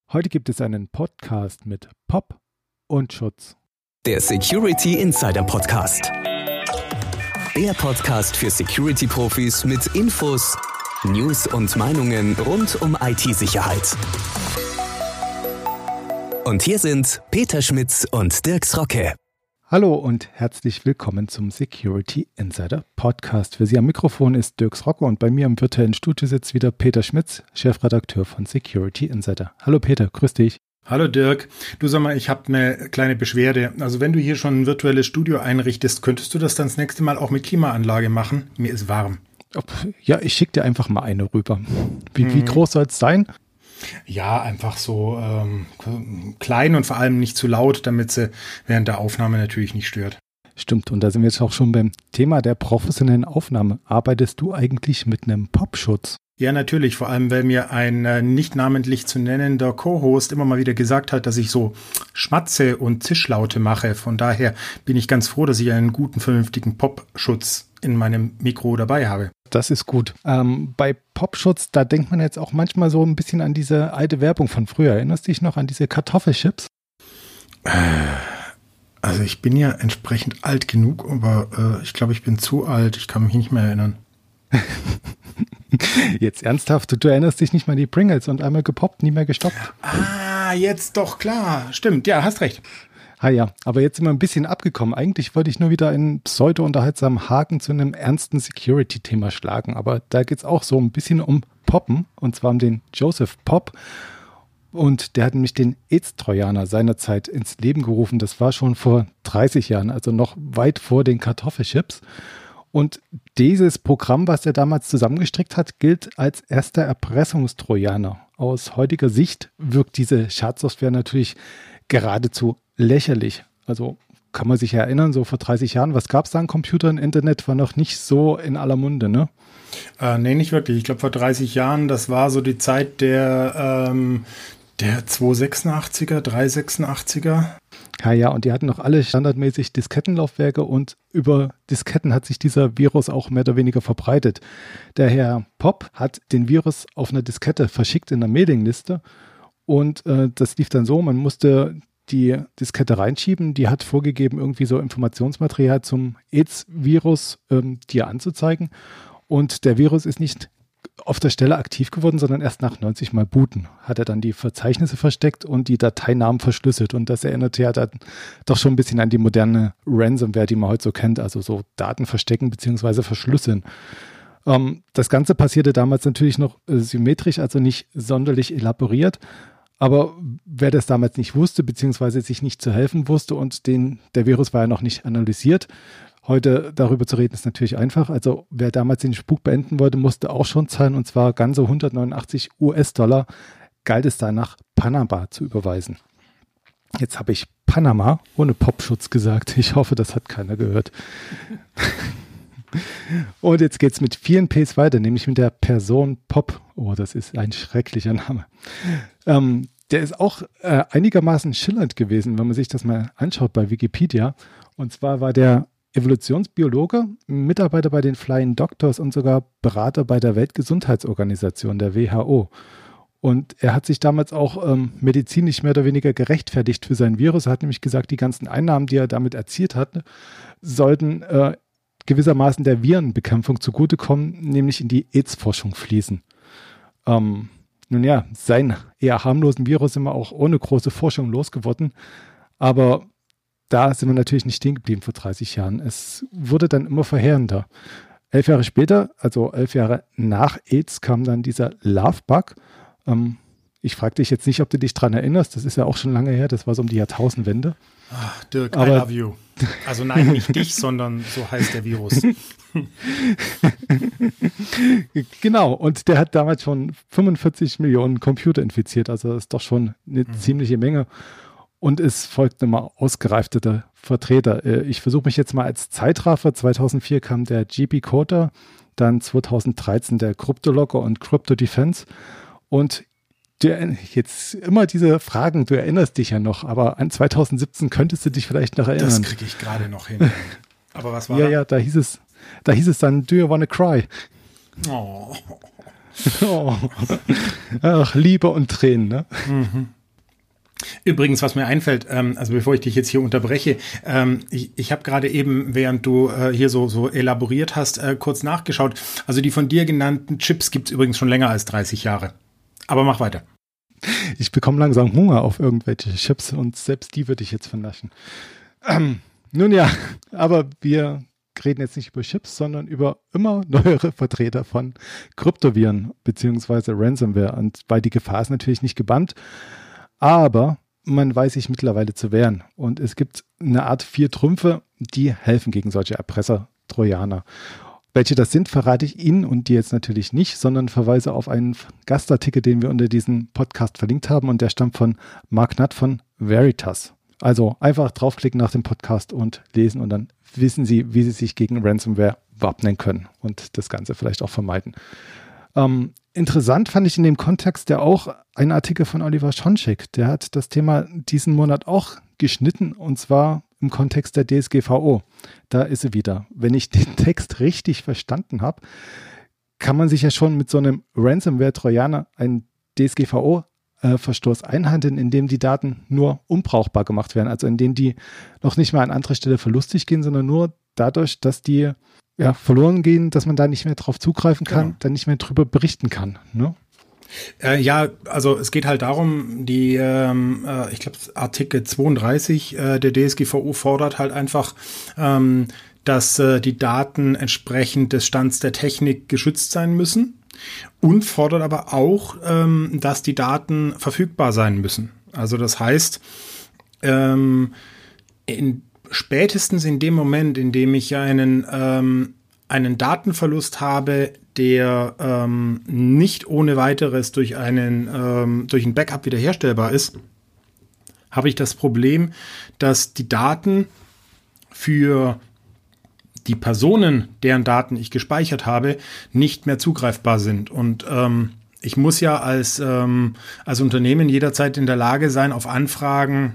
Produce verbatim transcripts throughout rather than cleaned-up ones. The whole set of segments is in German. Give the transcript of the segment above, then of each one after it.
Heute gibt es einen Podcast mit Pop und Schutz. Der Security Insider Podcast. Der Podcast für Security-Profis mit Infos, News und Meinungen rund um I T-Sicherheit. Und hier sind Peter Schmitz und Dirks Rocke. Hallo und herzlich willkommen zum Security Insider Podcast. Für Sie am Mikrofon ist Dirks Rocke und bei mir im virtuellen Studio sitzt wieder Peter Schmitz, Chefredakteur von Security Insider. Hallo Peter, grüß dich. Hallo Dirk. Du, sag mal, ich habe eine kleine Beschwerde. Also wenn du hier schon ein virtuelles Studio einrichtest, könntest du das dann das nächste Mal auch mit Klimaanlage machen? Mir ist warm. Ja, ich schicke dir einfach mal eine rüber. Wie, hm. wie groß soll es sein? Ja, einfach so ähm, klein und vor allem nicht zu laut, damit sie während der Aufnahme natürlich nicht stört. Stimmt, und da sind wir jetzt auch schon beim Thema der professionellen Aufnahme. Arbeitest du eigentlich mit einem Popschutz? Ja, natürlich, vor allem, weil mir ein äh, nicht namentlich zu nennender Co-Host immer mal wieder gesagt hat, dass ich so Schmatze und Zischlaute mache. Von daher bin ich ganz froh, dass ich einen guten, vernünftigen Popschutz in meinem Mikro dabei habe. Das ist gut. Ähm, bei Popschutz, da denkt man jetzt auch manchmal so ein bisschen an diese alte Werbung von früher. Erinnerst du dich noch an diese Kartoffelchips? Äh, also ich bin ja entsprechend alt genug, aber äh, ich glaube, ich bin zu alt. Ich kann mich nicht mehr erinnern. Jetzt ernsthaft, du, du erinnerst dich nicht mal an die Pringles und einmal gepoppt, nie mehr gestoppt. Ah, jetzt doch, klar. Stimmt, ja, hast recht. Ah ja, aber jetzt sind wir ein bisschen abgekommen. Eigentlich wollte ich nur wieder einen pseudo-unterhaltsamen Haken zu einem ernsten Security-Thema schlagen. Aber da geht es auch so ein bisschen um Poppen, und zwar um den Joseph Pop. Und der hat nämlich den AIDS-Trojaner seinerzeit ins Leben gerufen. Das war schon vor dreißig Jahren, also noch weit vor den Kartoffelchips. Und dieses Programm, was er damals zusammengestrickt hat, gilt als erster Erpressungstrojaner. Aus heutiger Sicht wirkt diese Schadsoftware natürlich geradezu lächerlich. Also kann man sich erinnern, so vor dreißig Jahren, was gab es da an Computern? Internet war noch nicht so in aller Munde, ne? Äh, nee, nicht wirklich. Ich glaube, vor dreißig Jahren, das war so die Zeit der, ähm, der zweihundertsechsundachtziger, dreihundertsechsundachtziger. Ja, ja, und die hatten noch alle standardmäßig Diskettenlaufwerke und über Disketten hat sich dieser Virus auch mehr oder weniger verbreitet. Der Herr Pop hat den Virus auf einer Diskette verschickt in einer Mailingliste und äh, das lief dann so, man musste die Diskette reinschieben, die hat vorgegeben, irgendwie so Informationsmaterial zum AIDS-Virus ähm, dir anzuzeigen, und der Virus ist nicht auf der Stelle aktiv geworden, sondern erst nach neunzig Mal Booten hat er dann die Verzeichnisse versteckt und die Dateinamen verschlüsselt, und das erinnerte ja dann doch schon ein bisschen an die moderne Ransomware, die man heute so kennt, also so Daten verstecken bzw. verschlüsseln. Ähm, das Ganze passierte damals natürlich noch äh, symmetrisch, also nicht sonderlich elaboriert. Aber wer das damals nicht wusste, beziehungsweise sich nicht zu helfen wusste, und den, der Virus war ja noch nicht analysiert, heute darüber zu reden ist natürlich einfach. Also wer damals den Spuk beenden wollte, musste auch schon zahlen, und zwar ganze hundertneunundachtzig US-Dollar galt es danach, Panama zu überweisen. Jetzt habe ich Panama ohne Popschutz gesagt. Ich hoffe, das hat keiner gehört. Und jetzt geht es mit vielen Ps weiter, nämlich mit der Person Pop. Oh, das ist ein schrecklicher Name. Ähm, der ist auch äh, einigermaßen schillernd gewesen, wenn man sich das mal anschaut bei Wikipedia. Und zwar war der Evolutionsbiologe, Mitarbeiter bei den Flying Doctors und sogar Berater bei der Weltgesundheitsorganisation, der W H O. Und er hat sich damals auch ähm, medizinisch mehr oder weniger gerechtfertigt für sein Virus. Er hat nämlich gesagt, die ganzen Einnahmen, die er damit erzielt hat, sollten äh, gewissermaßen der Virenbekämpfung zugutekommen, nämlich in die AIDS-Forschung fließen. Ähm, nun ja, seinen eher harmlosen Virus sind wir auch ohne große Forschung losgeworden, aber da sind wir natürlich nicht stehen geblieben vor dreißig Jahren. Es wurde dann immer verheerender. Elf Jahre später, also elf Jahre nach AIDS, kam dann dieser Love-Bug. Ähm, ich frage dich jetzt nicht, ob du dich dran erinnerst, das ist ja auch schon lange her, das war so um die Jahrtausendwende. Ach, Dirk, aber, I love you. Also nein, nicht dich, sondern so heißt der Virus. Genau, und der hat damals schon fünfundvierzig Millionen Computer infiziert, also das ist doch schon eine mhm. ziemliche Menge. Und es folgt nochmal ausgereiftete Vertreter. Ich versuche mich jetzt mal als Zeitraffer. zweitausendvier kam der G P Coder, dann zweitausenddreizehn der Cryptologger und Crypto Defense. Und du, jetzt immer diese Fragen, du erinnerst dich ja noch, aber an zweitausendsiebzehn könntest du dich vielleicht noch erinnern. Das kriege ich gerade noch hin. Aber was war Ja, da? ja, da hieß es, da hieß es dann, do you wanna cry? Oh. Oh. Ach, Liebe und Tränen, ne? Mhm. Übrigens, was mir einfällt, ähm, also bevor ich dich jetzt hier unterbreche, ähm, ich, ich habe gerade eben, während du äh, hier so, so elaboriert hast, äh, kurz nachgeschaut. Also die von dir genannten Chips gibt es übrigens schon länger als dreißig Jahre. Aber mach weiter. Ich bekomme langsam Hunger auf irgendwelche Chips und selbst die würde ich jetzt vernaschen. Ähm, nun ja, aber wir reden jetzt nicht über Chips, sondern über immer neuere Vertreter von Kryptoviren beziehungsweise Ransomware. Und weil die Gefahr ist natürlich nicht gebannt, aber man weiß sich mittlerweile zu wehren. Und es gibt eine Art vier Trümpfe, die helfen gegen solche Erpresser-Trojaner. Welche das sind, verrate ich Ihnen und dir jetzt natürlich nicht, sondern verweise auf einen Gastartikel, den wir unter diesem Podcast verlinkt haben, und der stammt von Mark Nutt von Veritas. Also einfach draufklicken nach dem Podcast und lesen und dann wissen Sie, wie Sie sich gegen Ransomware wappnen können und das Ganze vielleicht auch vermeiden. Ähm, interessant fand ich in dem Kontext ja auch einen Artikel von Oliver Schoncheck. Der hat das Thema diesen Monat auch geschnitten, und zwar im Kontext der D S G V O. Da ist sie wieder. Wenn ich den Text richtig verstanden habe, kann man sich ja schon mit so einem Ransomware-Trojaner einen D S G V O-Verstoß einhandeln, indem die Daten nur unbrauchbar gemacht werden. Also indem die noch nicht mal an anderer Stelle verlustig gehen, sondern nur dadurch, dass die ja, verloren gehen, dass man da nicht mehr drauf zugreifen kann, genau. Dann nicht mehr drüber berichten kann. Ne? Äh, ja, also es geht halt darum, die, ähm, äh, ich glaube, Artikel zweiunddreißig äh, der D S G V O fordert halt einfach, ähm, dass äh, die Daten entsprechend des Stands der Technik geschützt sein müssen und fordert aber auch, ähm, dass die Daten verfügbar sein müssen. Also das heißt, ähm, in, spätestens in dem Moment, in dem ich einen, ähm, einen Datenverlust habe, der ähm, nicht ohne weiteres durch einen ähm, durch ein Backup wiederherstellbar ist, habe ich das Problem, dass die Daten für die Personen, deren Daten ich gespeichert habe, nicht mehr zugreifbar sind. Und ähm, ich muss ja als, ähm, als Unternehmen jederzeit in der Lage sein, auf Anfragen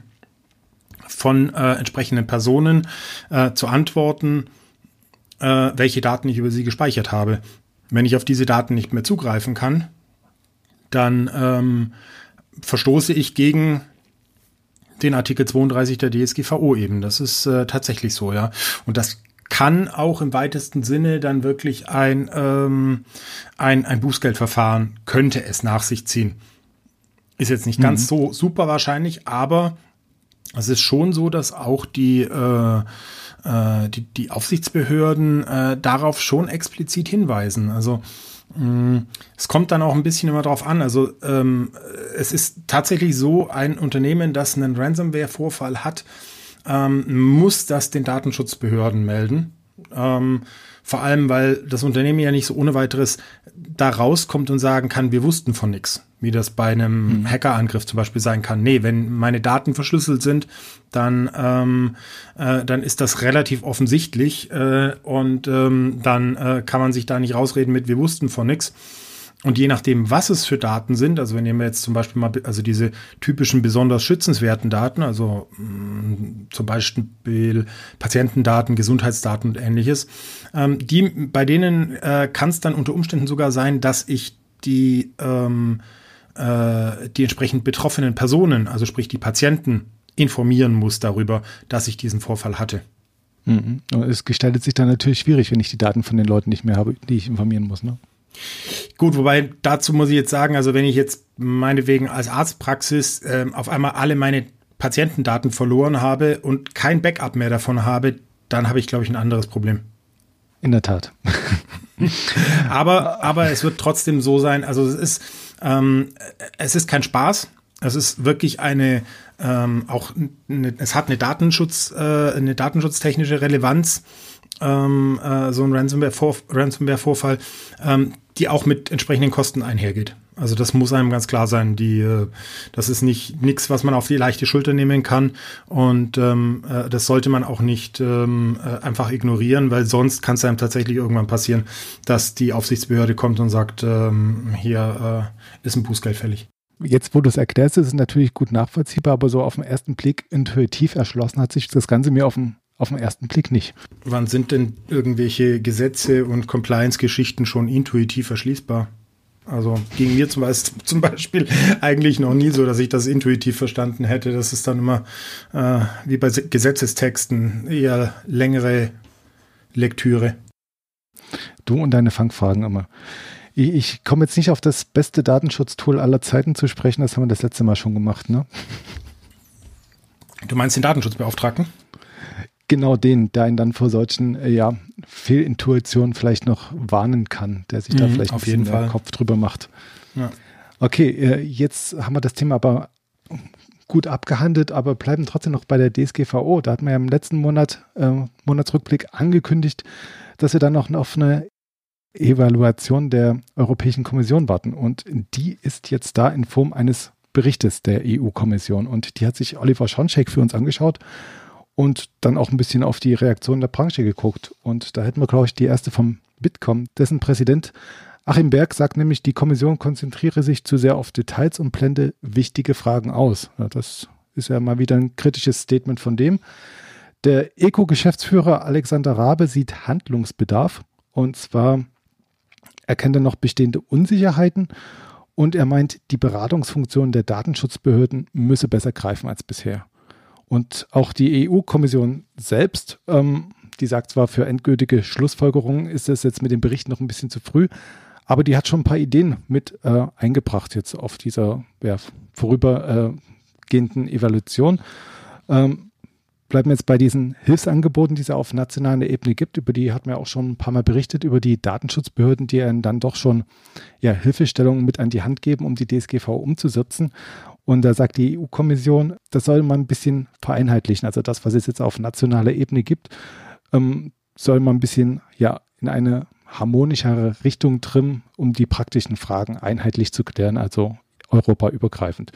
von äh, entsprechenden Personen äh, zu antworten, äh, welche Daten ich über sie gespeichert habe. Wenn ich auf diese Daten nicht mehr zugreifen kann, dann ähm, verstoße ich gegen den Artikel zweiunddreißig der D S G V O eben. Das ist äh, tatsächlich so, ja. Und das kann auch im weitesten Sinne dann wirklich ein, ähm, ein, ein Bußgeldverfahren, könnte es nach sich ziehen. Ist jetzt nicht mhm. ganz so super wahrscheinlich, aber es ist schon so, dass auch die äh, Die, die Aufsichtsbehörden äh, darauf schon explizit hinweisen. Also mh, es kommt dann auch ein bisschen immer drauf an. Also ähm, es ist tatsächlich so, ein Unternehmen, das einen Ransomware-Vorfall hat, ähm, muss das den Datenschutzbehörden melden. Ähm, vor allem, weil das Unternehmen ja nicht so ohne weiteres da rauskommt und sagen kann, wir wussten von nichts, wie das bei einem mhm. Hackerangriff zum Beispiel sein kann. Nee, wenn meine Daten verschlüsselt sind, dann, ähm, äh, dann ist das relativ offensichtlich äh, und ähm, dann äh, kann man sich da nicht rausreden mit, wir wussten von nichts. Und je nachdem, was es für Daten sind, also wenn wir jetzt zum Beispiel mal, also diese typischen besonders schützenswerten Daten, also mh, zum Beispiel Patientendaten, Gesundheitsdaten und ähnliches, ähm, die, bei denen äh, kann es dann unter Umständen sogar sein, dass ich die, ähm, äh, die entsprechend betroffenen Personen, also sprich die Patienten, informieren muss darüber, dass ich diesen Vorfall hatte. Mhm. Es gestaltet sich dann natürlich schwierig, wenn ich die Daten von den Leuten nicht mehr habe, die ich informieren muss, ne? Gut, wobei dazu muss ich jetzt sagen, also wenn ich jetzt meinetwegen als Arztpraxis äh, auf einmal alle meine Patientendaten verloren habe und kein Backup mehr davon habe, dann habe ich, glaube ich, ein anderes Problem. In der Tat. aber, aber es wird trotzdem so sein, also es ist, ähm, es ist kein Spaß. Es ist wirklich eine, ähm, auch eine, es hat eine Datenschutz, äh, eine datenschutztechnische Relevanz, ähm, äh, so ein Ransomware-Vorfall, Ransomware-Vorfall, ähm, die auch mit entsprechenden Kosten einhergeht. Also das muss einem ganz klar sein. Die, äh, das ist nicht nichts, was man auf die leichte Schulter nehmen kann. Und ähm, äh, das sollte man auch nicht ähm, äh, einfach ignorieren, weil sonst kann es einem tatsächlich irgendwann passieren, dass die Aufsichtsbehörde kommt und sagt, ähm, hier äh, ist ein Bußgeld fällig. Jetzt, wo du es erklärst, ist es natürlich gut nachvollziehbar, aber so auf den ersten Blick intuitiv erschlossen hat sich das Ganze mir auf den, auf den ersten Blick nicht. Wann sind denn irgendwelche Gesetze und Compliance-Geschichten schon intuitiv erschließbar? Also ging mir zum Beispiel, zum Beispiel eigentlich noch nie so, dass ich das intuitiv verstanden hätte. Das ist dann immer äh, wie bei Gesetzestexten eher längere Lektüre. Du und deine Fangfragen immer. Ich, ich komme jetzt nicht auf das beste Datenschutztool aller Zeiten zu sprechen, das haben wir das letzte Mal schon gemacht, ne? Du meinst den Datenschutzbeauftragten? Genau den, der ihn dann vor solchen äh, ja, Fehlintuitionen vielleicht noch warnen kann, der sich da Mhm, vielleicht ein auf bisschen jeden Fall. Kopf drüber macht. Ja. Okay, äh, jetzt haben wir das Thema aber gut abgehandelt, aber bleiben trotzdem noch bei der D S G V O. Da hat man ja im letzten Monat, äh, Monatsrückblick angekündigt, dass wir dann noch auf eine Evaluation der Europäischen Kommission warten. Und die ist jetzt da in Form eines Berichtes der E U-Kommission. Und die hat sich Oliver Schoncheck für uns angeschaut und dann auch ein bisschen auf die Reaktion der Branche geguckt. Und da hätten wir, glaube ich, die erste vom Bitkom. Dessen Präsident Achim Berg sagt nämlich, die Kommission konzentriere sich zu sehr auf Details und blende wichtige Fragen aus. Ja, das ist ja mal wieder ein kritisches Statement von dem. Der E C O-Geschäftsführer Alexander Rabe sieht Handlungsbedarf. Und zwar erkennt er noch bestehende Unsicherheiten und er meint, die Beratungsfunktion der Datenschutzbehörden müsse besser greifen als bisher. Und auch die E U-Kommission selbst, ähm, die sagt zwar, für endgültige Schlussfolgerungen ist es jetzt mit dem Bericht noch ein bisschen zu früh, aber die hat schon ein paar Ideen mit äh, eingebracht jetzt auf dieser ja, vorübergehenden Evaluation. Ähm, bleiben wir jetzt bei diesen Hilfsangeboten, die es auf nationaler Ebene gibt. Über die hat man ja auch schon ein paar Mal berichtet, über die Datenschutzbehörden, die einen dann doch schon ja, Hilfestellungen mit an die Hand geben, um die D S G V O umzusetzen. Und da sagt die E U-Kommission, das soll man ein bisschen vereinheitlichen. Also das, was es jetzt auf nationaler Ebene gibt, ähm, soll man ein bisschen ja, in eine harmonischere Richtung trimmen, um die praktischen Fragen einheitlich zu klären, also europaübergreifend.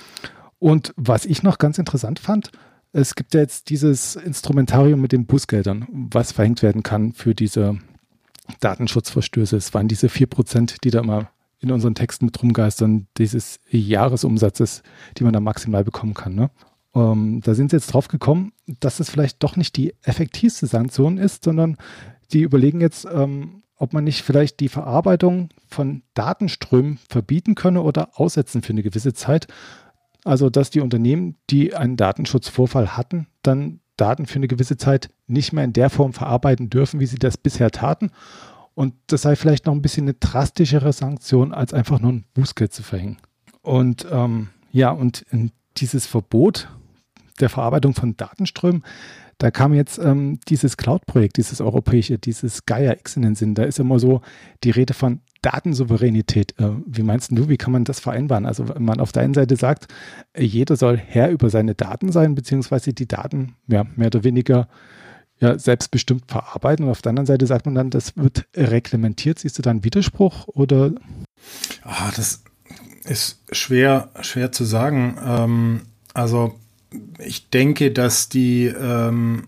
Und was ich noch ganz interessant fand, es gibt ja jetzt dieses Instrumentarium mit den Bußgeldern, was verhängt werden kann für diese Datenschutzverstöße. Es waren diese vier Prozent, die da immer in unseren Texten mit rumgeistern, dieses Jahresumsatzes, die man da maximal bekommen kann. Ne? Ähm, da sind sie jetzt drauf gekommen, dass es vielleicht doch nicht die effektivste Sanktion ist, sondern die überlegen jetzt, ähm, ob man nicht vielleicht die Verarbeitung von Datenströmen verbieten könne oder aussetzen für eine gewisse Zeit. Also, dass die Unternehmen, die einen Datenschutzvorfall hatten, dann Daten für eine gewisse Zeit nicht mehr in der Form verarbeiten dürfen, wie sie das bisher taten. Und das sei vielleicht noch ein bisschen eine drastischere Sanktion, als einfach nur ein Bußgeld zu verhängen. Und ähm, ja, und dieses Verbot der Verarbeitung von Datenströmen, da kam jetzt ähm, dieses Cloud-Projekt, dieses europäische, dieses Gaia-X in den Sinn. Da ist immer so die Rede von Datensouveränität. Äh, wie meinst du, wie kann man das vereinbaren? Also wenn man auf der einen Seite sagt, äh, jeder soll Herr über seine Daten sein, beziehungsweise die Daten ja, mehr oder weniger ja, selbstbestimmt verarbeiten. Und auf der anderen Seite sagt man dann, das wird reglementiert. Siehst du da einen Widerspruch? Oder? Ah, das ist schwer, schwer zu sagen. Ähm, also ich denke, dass die, ähm,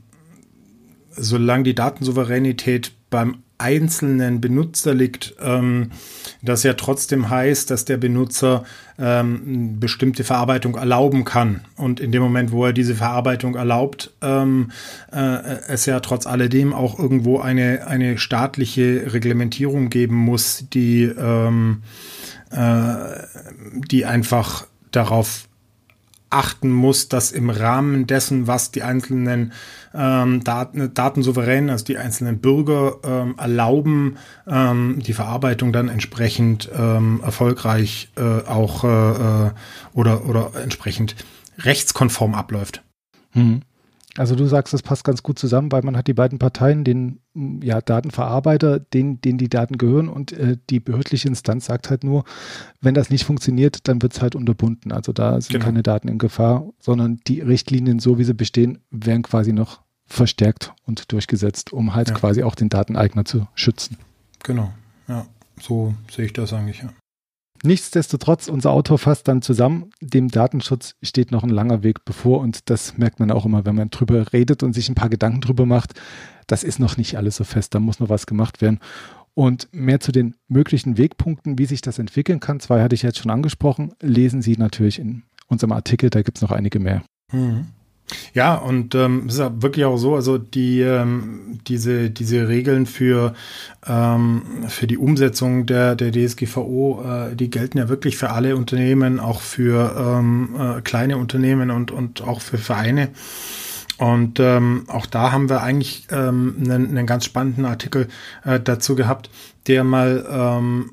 solange die Datensouveränität beim einzelnen Benutzer liegt, ähm, das ja trotzdem heißt, dass der Benutzer ähm, bestimmte Verarbeitung erlauben kann. Und in dem Moment, wo er diese Verarbeitung erlaubt, ähm, äh, es ja trotz alledem auch irgendwo eine, eine staatliche Reglementierung geben muss, die, ähm, äh, die einfach darauf achten muss, dass im Rahmen dessen, was die einzelnen ähm, Daten, Datensouveränen, also die einzelnen Bürger ähm, erlauben, ähm, die Verarbeitung dann entsprechend ähm, erfolgreich äh, auch äh, oder, oder entsprechend rechtskonform abläuft. Mhm. Also du sagst, das passt ganz gut zusammen, weil man hat die beiden Parteien, den ja, Datenverarbeiter, denen, denen die Daten gehören und äh, die behördliche Instanz sagt halt nur, wenn das nicht funktioniert, dann wird es halt unterbunden. Also da sind Genau. keine Daten in Gefahr, sondern die Richtlinien, so wie sie bestehen, werden quasi noch verstärkt und durchgesetzt, um halt Ja. quasi auch den Dateneigner zu schützen. Genau, ja, so sehe ich das eigentlich, ja. Nichtsdestotrotz, unser Autor fasst dann zusammen, dem Datenschutz steht noch ein langer Weg bevor und das merkt man auch immer, wenn man drüber redet und sich ein paar Gedanken drüber macht. Das ist noch nicht alles so fest, da muss noch was gemacht werden. Und mehr zu den möglichen Wegpunkten, wie sich das entwickeln kann, zwei hatte ich jetzt schon angesprochen, lesen Sie natürlich in unserem Artikel, da gibt es noch einige mehr. Mhm. Ja, und ähm, es ist ja wirklich auch so, also die ähm, diese diese Regeln für ähm, für die Umsetzung der der D S G V O, äh, die gelten ja wirklich für alle Unternehmen, auch für ähm, äh, kleine Unternehmen und und auch für Vereine. Und ähm, auch da haben wir eigentlich ähm, einen, einen ganz spannenden Artikel äh, dazu gehabt, der mal ähm,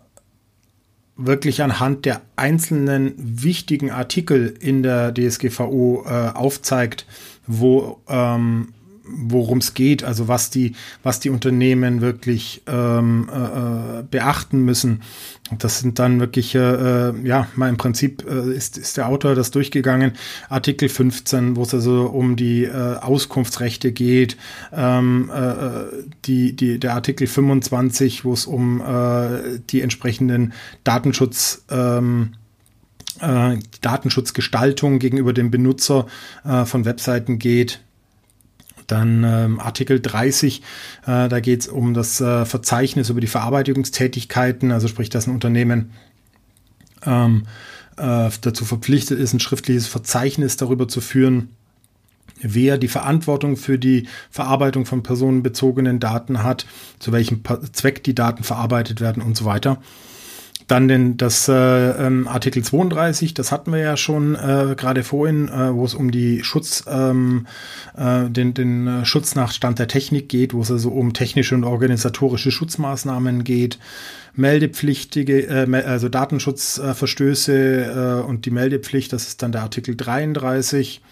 wirklich anhand der einzelnen wichtigen Artikel in der D S G V O äh, aufzeigt, wo ähm, worum es geht, also was die was die Unternehmen wirklich ähm, äh, beachten müssen. Und das sind dann wirklich äh, ja mal im Prinzip äh, ist ist der Autor das durchgegangen. Artikel fünfzehn, wo es also um die äh, Auskunftsrechte geht, ähm, äh, die die der Artikel fünfundzwanzig, wo es um äh, die entsprechenden Datenschutz ähm, äh, Datenschutzgestaltung gegenüber dem Benutzer äh, von Webseiten geht. Dann ähm, Artikel dreißig, äh, da geht es um das äh, Verzeichnis über die Verarbeitungstätigkeiten, also sprich, dass ein Unternehmen ähm, äh, dazu verpflichtet ist, ein schriftliches Verzeichnis darüber zu führen, wer die Verantwortung für die Verarbeitung von personenbezogenen Daten hat, zu welchem Zweck die Daten verarbeitet werden und so weiter. Dann den, das äh, ähm, Artikel zweiunddreißig, das hatten wir ja schon äh, gerade vorhin, äh, wo es um die Schutz, ähm, äh, den, den äh, Schutz nach Stand der Technik geht, wo es also um technische und organisatorische Schutzmaßnahmen geht, meldepflichtige, äh, also Datenschutzverstöße äh, und die Meldepflicht, das ist dann der Artikel dreiunddreißig.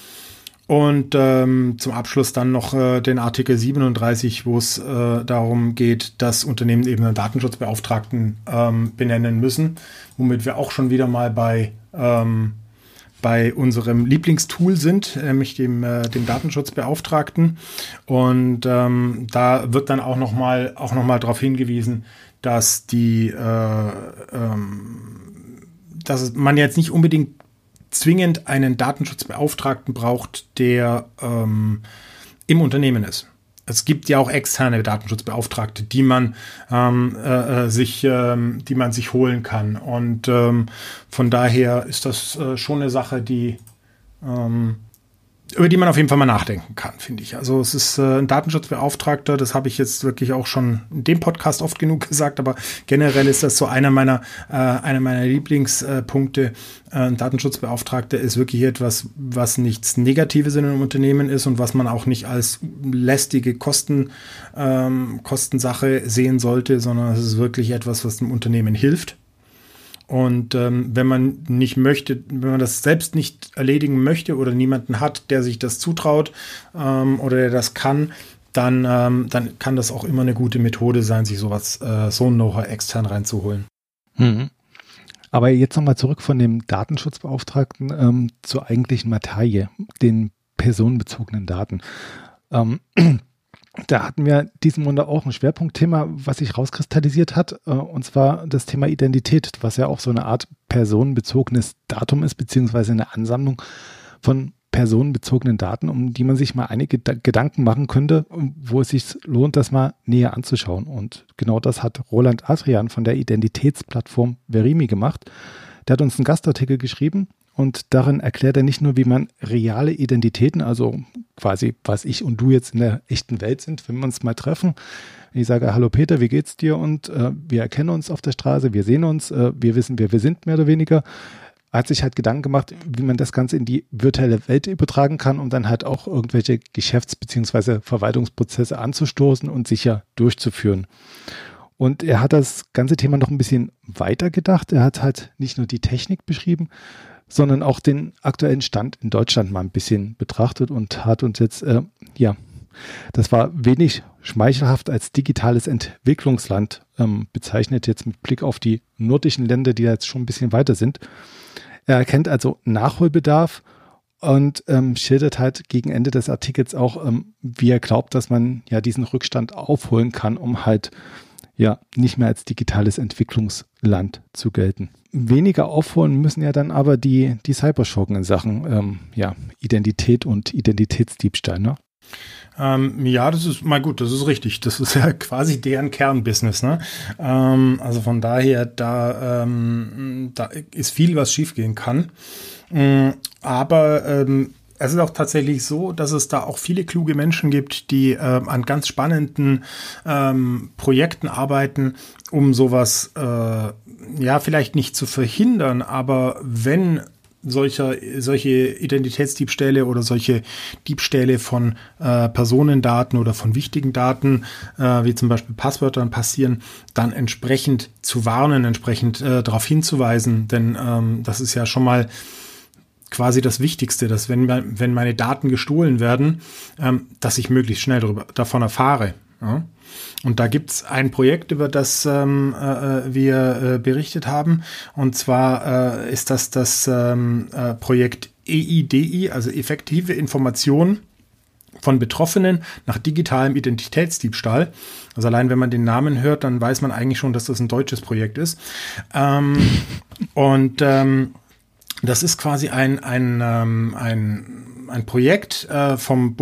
Und ähm, zum Abschluss dann noch äh, den Artikel siebenunddreißig, wo es äh, darum geht, dass Unternehmen eben einen Datenschutzbeauftragten ähm, benennen müssen, womit wir auch schon wieder mal bei ähm, bei unserem Lieblingstool sind, nämlich dem äh, dem Datenschutzbeauftragten. Und ähm, da wird dann auch noch mal auch noch mal darauf hingewiesen, dass die äh, ähm, dass man jetzt nicht unbedingt zwingend einen Datenschutzbeauftragten braucht, der ähm, im Unternehmen ist. Es gibt ja auch externe Datenschutzbeauftragte, die man ähm, äh, sich, ähm, die man sich holen kann. Und ähm, von daher ist das äh, schon eine Sache, die ähm, über die man auf jeden Fall mal nachdenken kann, finde ich. Also es ist äh, ein Datenschutzbeauftragter, das habe ich jetzt wirklich auch schon in dem Podcast oft genug gesagt, aber generell ist das so einer meiner, äh, einer meiner Lieblingspunkte. Äh, ein Datenschutzbeauftragter ist wirklich etwas, was nichts Negatives in einem Unternehmen ist und was man auch nicht als lästige Kosten, ähm, Kostensache sehen sollte, sondern es ist wirklich etwas, was dem Unternehmen hilft. Und ähm, wenn man nicht möchte, wenn man das selbst nicht erledigen möchte oder niemanden hat, der sich das zutraut ähm, oder der das kann, dann, ähm, dann kann das auch immer eine gute Methode sein, sich sowas, äh, so ein Know-how extern reinzuholen. Mhm. Aber jetzt nochmal zurück von dem Datenschutzbeauftragten ähm, zur eigentlichen Materie, den personenbezogenen Daten. Ähm, Da hatten wir diesen Monat auch ein Schwerpunktthema, was sich rauskristallisiert hat, äh, und zwar das Thema Identität, was ja auch so eine Art personenbezogenes Datum ist, beziehungsweise eine Ansammlung von personenbezogenen Daten, um die man sich mal einige da- Gedanken machen könnte, wo es sich lohnt, das mal näher anzuschauen. Und genau das hat Roland Adrian von der Identitätsplattform Verimi gemacht. Der hat uns einen Gastartikel geschrieben. Und darin erklärt er nicht nur, wie man reale Identitäten, also quasi, was ich und du jetzt in der echten Welt sind, wenn wir uns mal treffen. Wenn ich sage, hallo Peter, wie geht's dir? Und äh, wir erkennen uns auf der Straße, wir sehen uns, äh, wir wissen, wer wir sind, mehr oder weniger. Er hat sich halt Gedanken gemacht, wie man das Ganze in die virtuelle Welt übertragen kann, um dann halt auch irgendwelche Geschäfts- bzw. Verwaltungsprozesse anzustoßen und sicher durchzuführen. Und er hat das ganze Thema noch ein bisschen weiter gedacht. Er hat halt nicht nur die Technik beschrieben, sondern auch den aktuellen Stand in Deutschland mal ein bisschen betrachtet und hat uns jetzt, äh, ja, das war wenig schmeichelhaft als digitales Entwicklungsland ähm, bezeichnet, jetzt mit Blick auf die nordischen Länder, die jetzt schon ein bisschen weiter sind. Er erkennt also Nachholbedarf und ähm, schildert halt gegen Ende des Artikels auch, ähm, wie er glaubt, dass man ja diesen Rückstand aufholen kann, um halt ja nicht mehr als digitales Entwicklungsland zu gelten. Weniger aufholen müssen ja dann aber die, die Cyberschurken in Sachen ähm, ja, Identität und Identitätsdiebstahl, ne? Ähm, ja, das ist mal gut, das ist richtig. Das ist ja quasi deren Kernbusiness, ne? Ähm, also von daher, da, ähm, da ist viel, was schiefgehen kann. Ähm, aber ähm, es ist auch tatsächlich so, dass es da auch viele kluge Menschen gibt, die äh, an ganz spannenden ähm, Projekten arbeiten, um sowas äh, ja vielleicht nicht zu verhindern, aber wenn solcher, solche Identitätsdiebstähle oder solche Diebstähle von äh, Personendaten oder von wichtigen Daten, äh, wie zum Beispiel Passwörtern passieren, dann entsprechend zu warnen, entsprechend äh, darauf hinzuweisen, denn ähm, das ist ja schon mal quasi das Wichtigste, dass wenn, wenn meine Daten gestohlen werden, ähm, dass ich möglichst schnell darüber, davon erfahre. Ja? Und da gibt es ein Projekt, über das ähm, äh, wir äh, berichtet haben. Und zwar äh, ist das das ähm, äh, Projekt E I D I, also effektive Information von Betroffenen nach digitalem Identitätsdiebstahl. Also allein wenn man den Namen hört, dann weiß man eigentlich schon, dass das ein deutsches Projekt ist. Ähm, und ähm, das ist quasi ein, ein, ähm, ein, ein Projekt äh, vom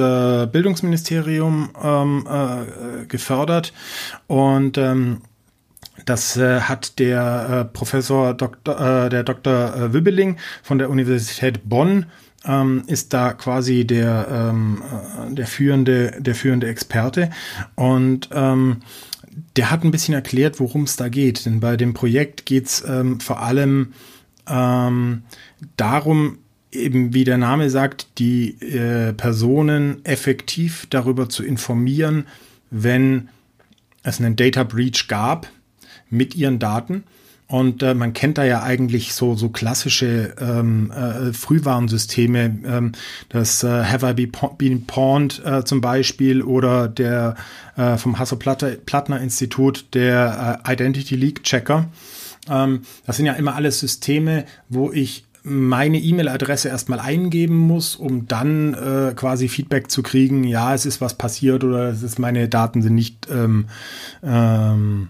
Bundesbildungsministerium ähm, äh, gefördert und ähm, das äh, hat der äh, Professor Doktor, äh, der Doktor äh, Wübbeling von der Universität Bonn ähm, ist da quasi der, ähm, äh, der führende, der führende Experte und ähm, der hat ein bisschen erklärt, worum es da geht. Denn bei dem Projekt geht es ähm, vor allem Ähm, darum, eben wie der Name sagt, die äh, Personen effektiv darüber zu informieren, wenn es einen Data Breach gab mit ihren Daten. Und äh, man kennt da ja eigentlich so, so klassische ähm, äh, Frühwarnsysteme, ähm, das äh, Have I Been Pawned äh, zum Beispiel oder der äh, vom Hasso-Plattner-Institut der äh, Identity Leak Checker. Das sind ja immer alles Systeme, wo ich meine E-Mail-Adresse erstmal eingeben muss, um dann äh, quasi Feedback zu kriegen, ja, es ist was passiert oder es ist, meine Daten sind nicht ähm, ähm,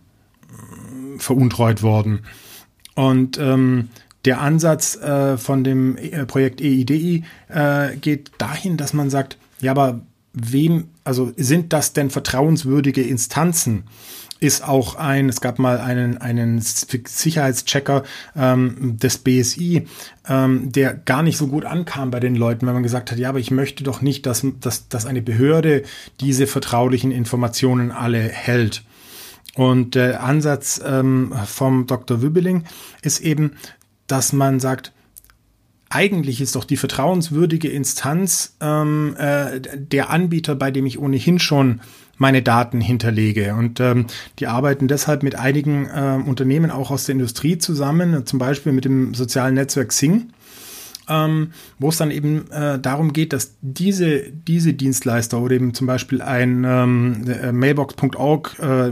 veruntreut worden. Und ähm, der Ansatz äh, von dem Projekt E I D I äh, geht dahin, dass man sagt, ja, aber wem, also sind das denn vertrauenswürdige Instanzen? Ist auch ein, es gab mal einen, einen Sicherheitschecker ähm, des B S I, ähm, der gar nicht so gut ankam bei den Leuten, weil man gesagt hat, ja, aber ich möchte doch nicht, dass, dass, dass eine Behörde diese vertraulichen Informationen alle hält. Und der Ansatz ähm, vom Doktor Wübbeling ist eben, dass man sagt, eigentlich ist doch die vertrauenswürdige Instanz ähm, äh, der Anbieter, bei dem ich ohnehin schon meine Daten hinterlege. Und ähm, die arbeiten deshalb mit einigen ähm, Unternehmen auch aus der Industrie zusammen, zum Beispiel mit dem sozialen Netzwerk Xing, ähm, wo es dann eben äh, darum geht, dass diese, diese Dienstleister oder eben zum Beispiel ein ähm, Mailbox Punkt org äh,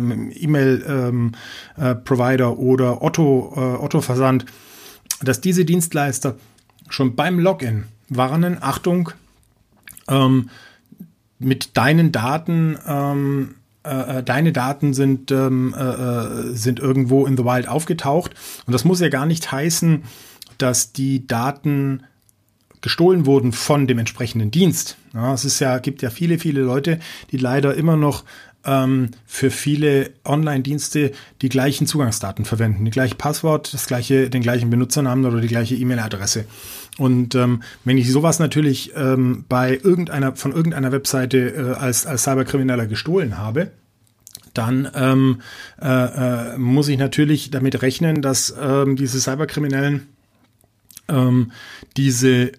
E-Mail-Provider ähm, äh, oder Otto, äh, Otto-Versand, dass diese Dienstleister schon beim Login warnen, Achtung, ähm, mit deinen Daten, ähm, äh, deine Daten sind, ähm, äh, sind irgendwo in the wild aufgetaucht. Und das muss ja gar nicht heißen, dass die Daten gestohlen wurden von dem entsprechenden Dienst. Ja, es ist ja, gibt ja viele, viele Leute, die leider immer noch ähm, für viele Online-Dienste die gleichen Zugangsdaten verwenden, die gleiche Passwort, das gleiche, den gleichen Benutzernamen oder die gleiche E-Mail-Adresse. Und ähm, wenn ich sowas natürlich ähm, bei irgendeiner von irgendeiner Webseite äh, als als Cyberkrimineller gestohlen habe, dann ähm, äh, äh, muss ich natürlich damit rechnen, dass ähm, diese Cyberkriminellen ähm, diese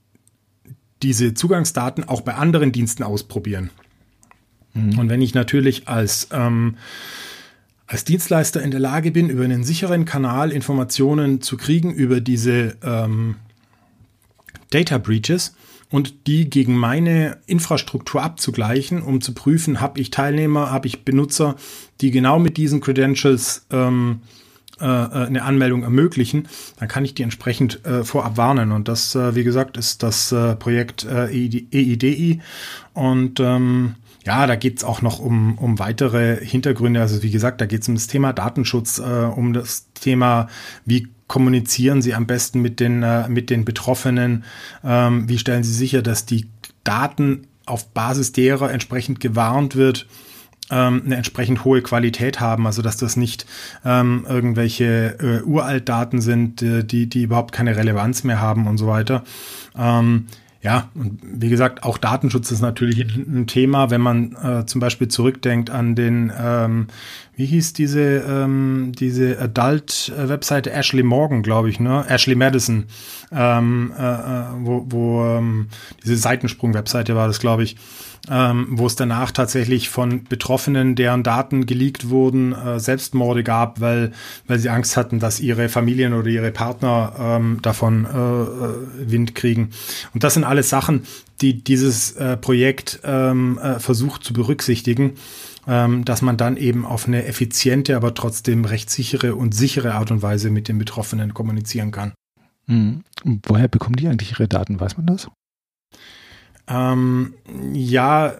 diese Zugangsdaten auch bei anderen Diensten ausprobieren. Mhm. Und wenn ich natürlich als ähm, als Dienstleister in der Lage bin, über einen sicheren Kanal Informationen zu kriegen über diese ähm, Data Breaches und die gegen meine Infrastruktur abzugleichen, um zu prüfen, habe ich Teilnehmer, habe ich Benutzer, die genau mit diesen Credentials ähm, äh, eine Anmeldung ermöglichen, dann kann ich die entsprechend äh, vorab warnen. Und das, äh, wie gesagt, ist das äh, Projekt äh, E I D I. Und ähm, ja, da geht es auch noch um, um weitere Hintergründe. Also wie gesagt, da geht es um das Thema Datenschutz, äh, um das Thema, wie kommunizieren Sie am besten mit den, äh, mit den Betroffenen? Ähm, wie stellen Sie sicher, dass die Daten auf Basis derer entsprechend gewarnt wird, ähm, eine entsprechend hohe Qualität haben? Also dass das nicht ähm, irgendwelche äh, Uraltdaten sind, die, die überhaupt keine Relevanz mehr haben und so weiter. Ähm, Ja, und wie gesagt, auch Datenschutz ist natürlich ein Thema, wenn man äh, zum Beispiel zurückdenkt an den, ähm, wie hieß diese ähm, diese Adult-Webseite Ashley Morgan, glaube ich, ne? Ashley Madison, ähm, äh, wo, wo ähm, diese Seitensprung-Webseite war das, glaube ich, ähm, wo es danach tatsächlich von Betroffenen, deren Daten geleakt wurden, äh, Selbstmorde gab, weil weil sie Angst hatten, dass ihre Familien oder ihre Partner ähm, davon äh, Wind kriegen. Und das sind alles Sachen, die dieses äh, Projekt ähm, äh, versucht zu berücksichtigen, ähm, dass man dann eben auf eine effiziente, aber trotzdem rechtssichere und sichere Art und Weise mit den Betroffenen kommunizieren kann. Mhm. Woher bekommen die eigentlich ihre Daten? Weiß man das? Ähm, ja,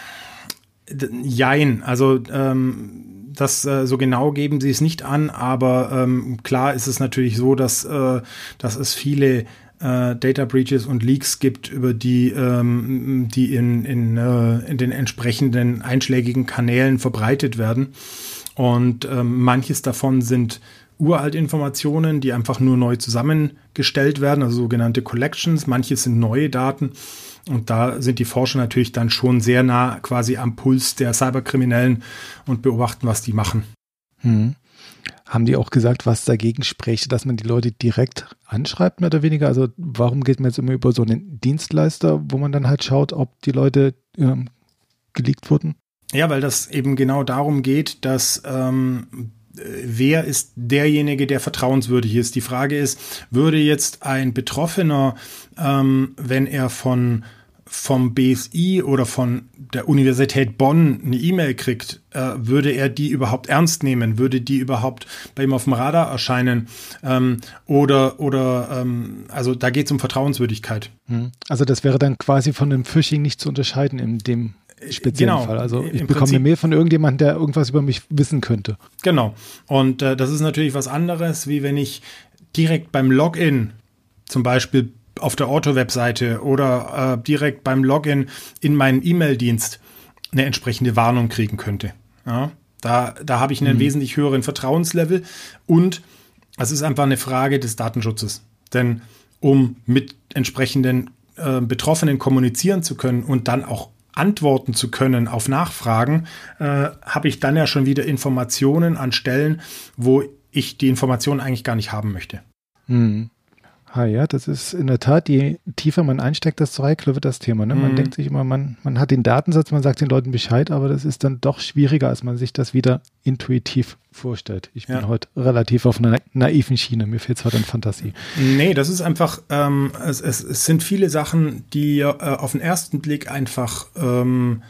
jein. Also ähm, das äh, so genau geben sie es nicht an, aber ähm, klar ist es natürlich so, dass, äh, dass es viele äh, Data Breaches und Leaks gibt, über die, ähm, die in, in, äh, in den entsprechenden einschlägigen Kanälen verbreitet werden. Und ähm, manches davon sind uralte Informationen, die einfach nur neu zusammengestellt werden, also sogenannte Collections. Manches sind neue Daten. Und da sind die Forscher natürlich dann schon sehr nah quasi am Puls der Cyberkriminellen und beobachten, was die machen. Hm. Haben die auch gesagt, was dagegen spricht, dass man die Leute direkt anschreibt, mehr oder weniger? Also warum geht man jetzt immer über so einen Dienstleister, wo man dann halt schaut, ob die Leute ähm, geleakt wurden? Ja, weil das eben genau darum geht, dass ähm, wer ist derjenige, der vertrauenswürdig ist. Die Frage ist, würde jetzt ein Betroffener, ähm, wenn er von vom B S I oder von der Universität Bonn eine E-Mail kriegt, äh, würde er die überhaupt ernst nehmen? Würde die überhaupt bei ihm auf dem Radar erscheinen? Ähm, oder, oder ähm, also da geht es um Vertrauenswürdigkeit. Also das wäre dann quasi von einem Phishing nicht zu unterscheiden in dem speziellen genau. Fall. Also ich Im bekomme Prinzip, eine Mail von irgendjemandem, der irgendwas über mich wissen könnte. Genau. Und äh, das ist natürlich was anderes, wie wenn ich direkt beim Login, zum Beispiel auf der Auto-Webseite oder äh, direkt beim Login in meinen E-Mail-Dienst eine entsprechende Warnung kriegen könnte. Ja, da, da habe ich einen mhm. wesentlich höheren Vertrauenslevel und es ist einfach eine Frage des Datenschutzes. Denn um mit entsprechenden äh, Betroffenen kommunizieren zu können und dann auch antworten zu können auf Nachfragen, äh, habe ich dann ja schon wieder Informationen an Stellen, wo ich die Informationen eigentlich gar nicht haben möchte. Mhm. Ah ja, das ist in der Tat, je tiefer man einsteckt, desto heikler wird das Thema. Ne? Man mhm. denkt sich immer, man, man hat den Datensatz, man sagt den Leuten Bescheid, aber das ist dann doch schwieriger, als man sich das wieder intuitiv vorstellt. Ich bin ja. heute relativ auf einer naiven Schiene, mir fehlt zwar dann Fantasie. Nee, das ist einfach, ähm, es, es, es sind viele Sachen, die äh, auf den ersten Blick einfach ähm,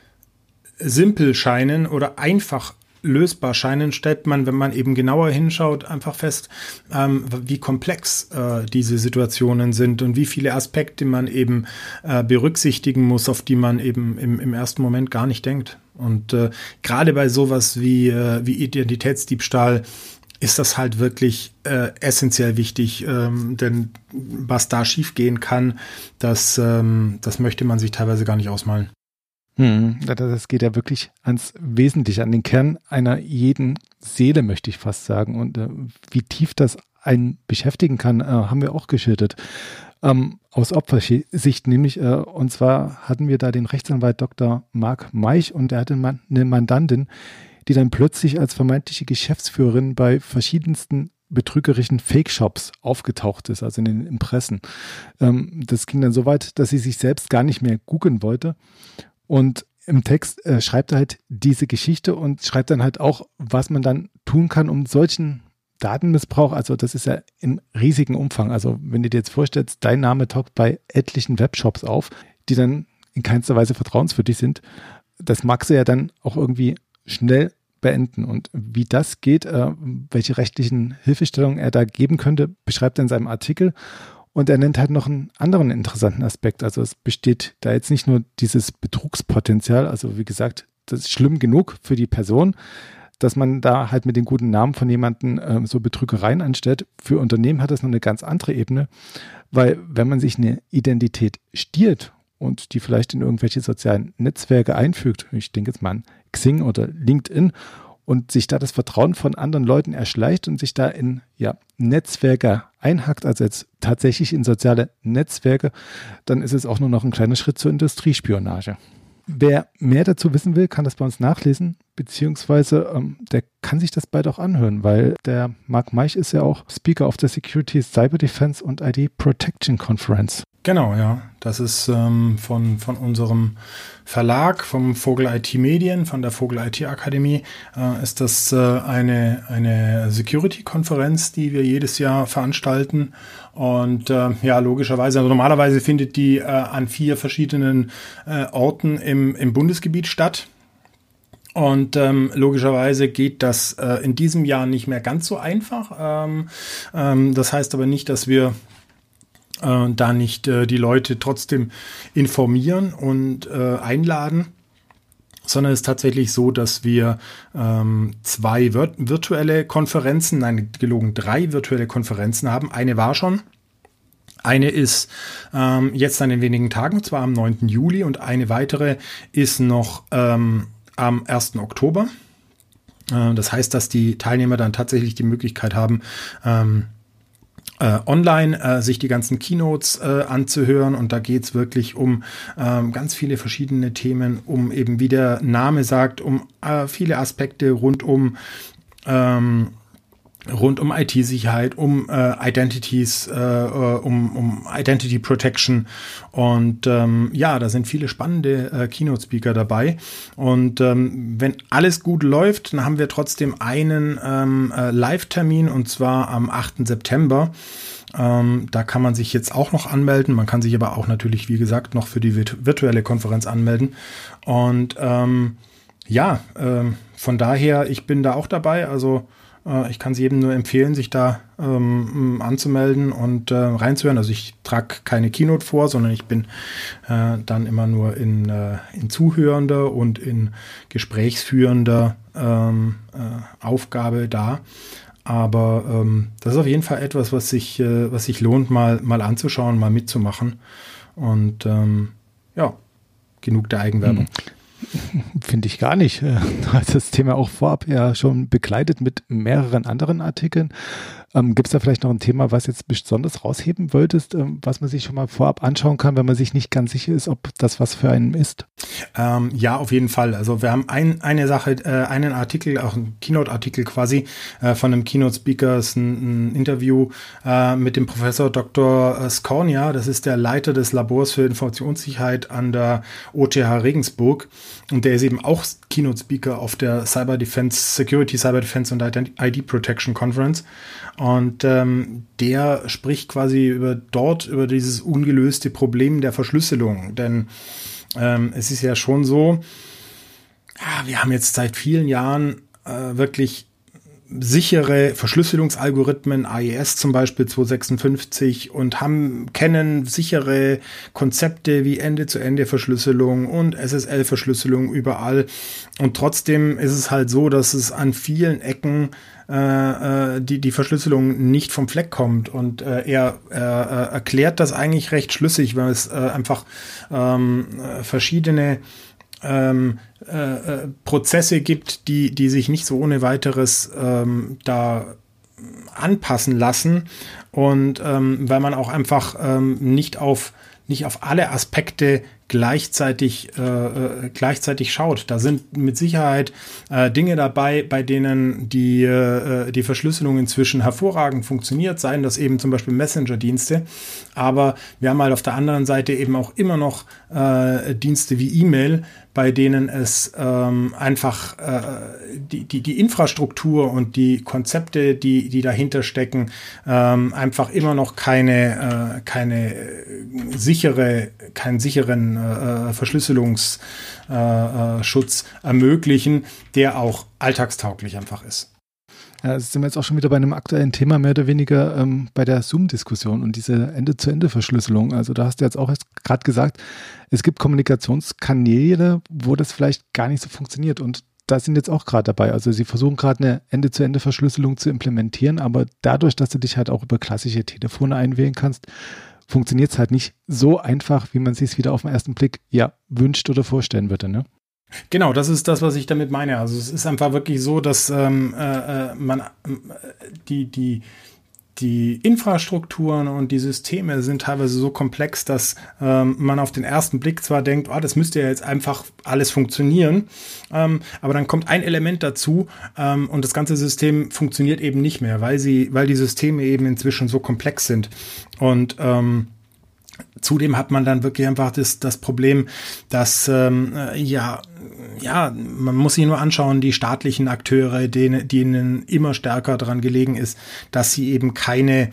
simpel scheinen oder einfach lösbar scheinen, stellt man, wenn man eben genauer hinschaut, einfach fest, ähm, wie komplex äh, diese Situationen sind und wie viele Aspekte man eben äh, berücksichtigen muss, auf die man eben im, im ersten Moment gar nicht denkt. Und äh, gerade bei sowas wie, äh, wie Identitätsdiebstahl ist das halt wirklich äh, essentiell wichtig, ähm, denn was da schiefgehen kann, das, ähm, das möchte man sich teilweise gar nicht ausmalen. Hm, das geht ja wirklich ans Wesentliche, an den Kern einer jeden Seele, möchte ich fast sagen. Und äh, wie tief das einen beschäftigen kann, äh, haben wir auch geschildert. Ähm, aus Opfersicht nämlich, äh, und zwar hatten wir da den Rechtsanwalt Doktor Marc Meich und er hatte eine Mandantin, die dann plötzlich als vermeintliche Geschäftsführerin bei verschiedensten betrügerischen Fake-Shops aufgetaucht ist, also in den Impressen. Ähm, das ging dann so weit, dass sie sich selbst gar nicht mehr googeln wollte. Und im Text äh, schreibt er halt diese Geschichte und schreibt dann halt auch, was man dann tun kann, um solchen Datenmissbrauch, also das ist ja in riesigen Umfang. Also wenn du dir jetzt vorstellst, dein Name taucht bei etlichen Webshops auf, die dann in keinster Weise vertrauenswürdig sind, das magst du ja dann auch irgendwie schnell beenden. Und wie das geht, äh, welche rechtlichen Hilfestellungen er da geben könnte, beschreibt er in seinem Artikel. Und er nennt halt noch einen anderen interessanten Aspekt. Also es besteht da jetzt nicht nur dieses Betrugspotenzial, also wie gesagt, das ist schlimm genug für die Person, dass man da halt mit den guten Namen von jemandem äh, so Betrügereien anstellt. Für Unternehmen hat das noch eine ganz andere Ebene, weil wenn man sich eine Identität stiehlt und die vielleicht in irgendwelche sozialen Netzwerke einfügt, ich denke jetzt mal an Xing oder LinkedIn, und sich da das Vertrauen von anderen Leuten erschleicht und sich da in ja, Netzwerke einhackt, also jetzt tatsächlich in soziale Netzwerke, dann ist es auch nur noch ein kleiner Schritt zur Industriespionage. Wer mehr dazu wissen will, kann das bei uns nachlesen, beziehungsweise ähm, der kann sich das bald auch anhören, weil der Marc Meich ist ja auch Speaker auf der Security, Cyber Defense und I D Protection Conference. Genau, ja. Das ist ähm, von, von unserem Verlag, vom Vogel I T Medien, von der Vogel I T Akademie, äh, ist das äh, eine, eine Security-Konferenz, die wir jedes Jahr veranstalten. Und äh, ja, logischerweise, also normalerweise findet die äh, an vier verschiedenen äh, Orten im, im Bundesgebiet statt. Und ähm, logischerweise geht das äh, in diesem Jahr nicht mehr ganz so einfach. Ähm, ähm, das heißt aber nicht, dass wir äh, da nicht äh, die Leute trotzdem informieren und äh, einladen, sondern es ist tatsächlich so, dass wir ähm, zwei vir- virtuelle Konferenzen, nein, gelogen, drei virtuelle Konferenzen haben. Eine war schon. Eine ist ähm, jetzt an den wenigen Tagen, und zwar am neunten Juli, und eine weitere ist noch ähm, am ersten Oktober. Äh, das heißt, dass die Teilnehmer dann tatsächlich die Möglichkeit haben, ähm, Äh, online äh, sich die ganzen Keynotes äh, anzuhören, und da geht es wirklich um ähm, ganz viele verschiedene Themen, um eben, wie der Name sagt, um äh, viele Aspekte rund um ähm, rund um I T-Sicherheit, um äh, Identities, äh, um, um Identity Protection, und ähm, ja, da sind viele spannende äh, Keynote-Speaker dabei, und ähm, wenn alles gut läuft, dann haben wir trotzdem einen ähm, äh, Live-Termin, und zwar am achten September. Ähm, da kann man sich jetzt auch noch anmelden, man kann sich aber auch natürlich, wie gesagt, noch für die virt- virtuelle Konferenz anmelden, und ähm, ja, ähm, von daher, ich bin da auch dabei, also ich kann es jedem nur empfehlen, sich da ähm, anzumelden und äh, reinzuhören. Also ich trage keine Keynote vor, sondern ich bin äh, dann immer nur in, äh, in zuhörender und in gesprächsführender ähm, äh, Aufgabe da. Aber ähm, das ist auf jeden Fall etwas, was sich, äh, was sich lohnt, mal, mal anzuschauen, mal mitzumachen. Und ähm, ja, genug der Eigenwerbung. Hm. Finde ich gar nicht. Du hast das Thema auch vorab ja schon begleitet mit mehreren anderen Artikeln. Ähm, gibt es da vielleicht noch ein Thema, was jetzt besonders rausheben wolltest, ähm, was man sich schon mal vorab anschauen kann, wenn man sich nicht ganz sicher ist, ob das was für einen ist? Ähm, ja, auf jeden Fall. Also wir haben ein, eine Sache, äh, einen Artikel, auch ein Keynote-Artikel quasi äh, von einem Keynote-Speaker, ist ein, ein Interview äh, mit dem Professor Doktor Skornia. Das ist der Leiter des Labors für Informationssicherheit an der O T H Regensburg. Und der ist eben auch Keynote-Speaker auf der Cyber Defense, Security, Cyber Defense und I D Protection Conference. Und ähm, der spricht quasi über dort, über dieses ungelöste Problem der Verschlüsselung. Denn ähm, es ist ja schon so, ja, wir haben jetzt seit vielen Jahren äh, wirklich sichere Verschlüsselungsalgorithmen, A E S zum Beispiel zweihundertsechsundfünfzig, und haben, kennen sichere Konzepte wie Ende-zu-Ende-Verschlüsselung und S S L-Verschlüsselung überall. Und trotzdem ist es halt so, dass es an vielen Ecken äh, die, die Verschlüsselung nicht vom Fleck kommt. Und äh, er äh, erklärt das eigentlich recht schlüssig, weil es äh, einfach ähm, verschiedene Ähm, äh, Prozesse gibt, die, die sich nicht so ohne weiteres ähm, da anpassen lassen, und ähm, weil man auch einfach ähm, nicht auf nicht auf alle Aspekte gleichzeitig äh, gleichzeitig schaut. Da sind mit Sicherheit äh, Dinge dabei, bei denen die äh, die Verschlüsselung inzwischen hervorragend funktioniert, seien das eben zum Beispiel Messenger-Dienste. Aber wir haben halt auf der anderen Seite eben auch immer noch äh, Dienste wie E-Mail, bei denen es ähm, einfach äh, die, die, die Infrastruktur und die Konzepte, die, die dahinter stecken, ähm, einfach immer noch keine, äh, keine sichere, keinen sicheren äh, Verschlüsselungsschutz äh, ermöglichen, der auch alltagstauglich einfach ist. Ja, also sind wir jetzt auch schon wieder bei einem aktuellen Thema, mehr oder weniger ähm, bei der Zoom-Diskussion und diese Ende-zu-Ende-Verschlüsselung. Also da hast du jetzt auch gerade gesagt, es gibt Kommunikationskanäle, wo das vielleicht gar nicht so funktioniert, und da sind jetzt auch gerade dabei. Also sie versuchen gerade eine Ende-zu-Ende-Verschlüsselung zu implementieren, aber dadurch, dass du dich halt auch über klassische Telefone einwählen kannst, funktioniert es halt nicht so einfach, wie man sich es wieder auf den ersten Blick ja wünscht oder vorstellen würde, ne? Genau, das ist das, was ich damit meine. Also es ist einfach wirklich so, dass ähm, äh, man äh, die, die die Infrastrukturen und die Systeme sind teilweise so komplex, dass ähm, man auf den ersten Blick zwar denkt, oh, das müsste ja jetzt einfach alles funktionieren, ähm, aber dann kommt ein Element dazu ähm, und das ganze System funktioniert eben nicht mehr, weil sie, weil die Systeme eben inzwischen so komplex sind. Und ähm, zudem hat man dann wirklich einfach das, das Problem, dass ähm, ja, ja, man muss sich nur anschauen, die staatlichen Akteure, denen, denen immer stärker daran gelegen ist, dass sie eben keine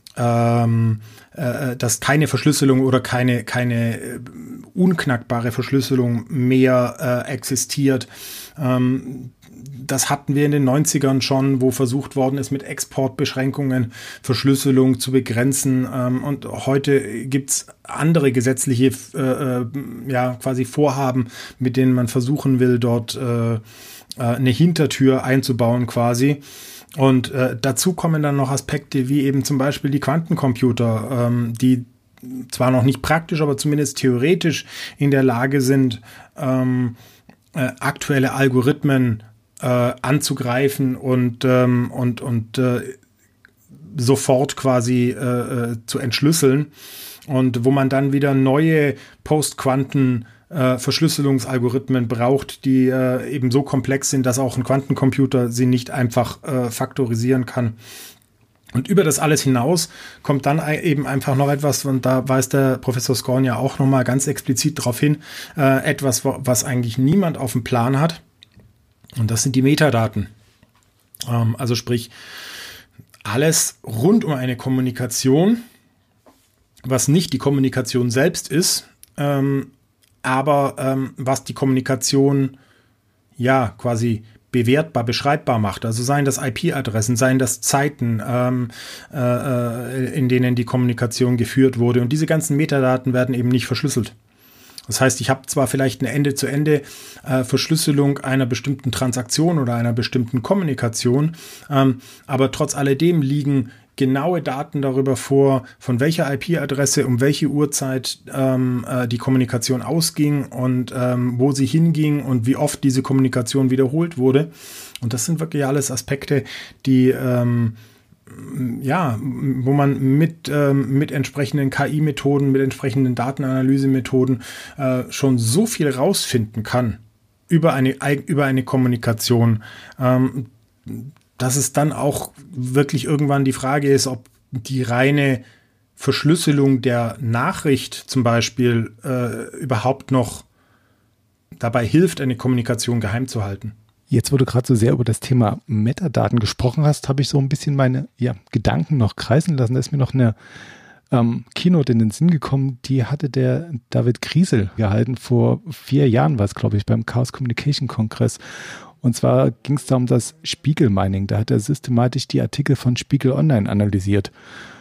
ähm, äh, dass keine Verschlüsselung oder keine, keine äh, unknackbare Verschlüsselung mehr äh, existiert. Ähm, Das hatten wir in den neunzigern schon, wo versucht worden ist, mit Exportbeschränkungen Verschlüsselung zu begrenzen. Ähm, und heute gibt's andere gesetzliche äh, ja, quasi Vorhaben, mit denen man versuchen will, dort äh, eine Hintertür einzubauen quasi. Und äh, dazu kommen dann noch Aspekte wie eben zum Beispiel die Quantencomputer, ähm, die zwar noch nicht praktisch, aber zumindest theoretisch in der Lage sind, ähm, äh, aktuelle Algorithmen Äh, anzugreifen und ähm, und und äh, sofort quasi äh, äh, zu entschlüsseln und wo man dann wieder neue Postquanten äh, Verschlüsselungsalgorithmen braucht, die äh, eben so komplex sind, dass auch ein Quantencomputer sie nicht einfach äh, faktorisieren kann. Und über das alles hinaus kommt dann eben einfach noch etwas, und da weist der Professor Scorn ja auch nochmal ganz explizit darauf hin, äh, etwas, was eigentlich niemand auf dem Plan hat. Und das sind die Metadaten. Ähm, also sprich, alles rund um eine Kommunikation, was nicht die Kommunikation selbst ist, ähm, aber ähm, was die Kommunikation ja quasi bewertbar, beschreibbar macht. Also seien das I P-Adressen, seien das Zeiten, ähm, äh, in denen die Kommunikation geführt wurde. Und diese ganzen Metadaten werden eben nicht verschlüsselt. Das heißt, ich habe zwar vielleicht eine Ende-zu-Ende-Verschlüsselung äh, einer bestimmten Transaktion oder einer bestimmten Kommunikation, ähm, aber trotz alledem liegen genaue Daten darüber vor, von welcher I P-Adresse um welche Uhrzeit ähm, äh, die Kommunikation ausging und ähm, wo sie hinging und wie oft diese Kommunikation wiederholt wurde. Und das sind wirklich alles Aspekte, die ähm, ja, wo man mit, ähm, mit entsprechenden K I-Methoden, mit entsprechenden Datenanalysemethoden äh, schon so viel rausfinden kann über eine, über eine Kommunikation, ähm, dass es dann auch wirklich irgendwann die Frage ist, ob die reine Verschlüsselung der Nachricht zum Beispiel äh, überhaupt noch dabei hilft, eine Kommunikation geheim zu halten. Jetzt, wo du gerade so sehr über das Thema Metadaten gesprochen hast, habe ich so ein bisschen meine ja, Gedanken noch kreisen lassen. Da ist mir noch eine ähm, Keynote in den Sinn gekommen, die hatte der David Griesel gehalten. Vor vier Jahren war es, glaube ich, beim Chaos Communication Kongress. Und zwar ging es da um das Spiegel-Mining. Da hat er systematisch die Artikel von Spiegel Online analysiert.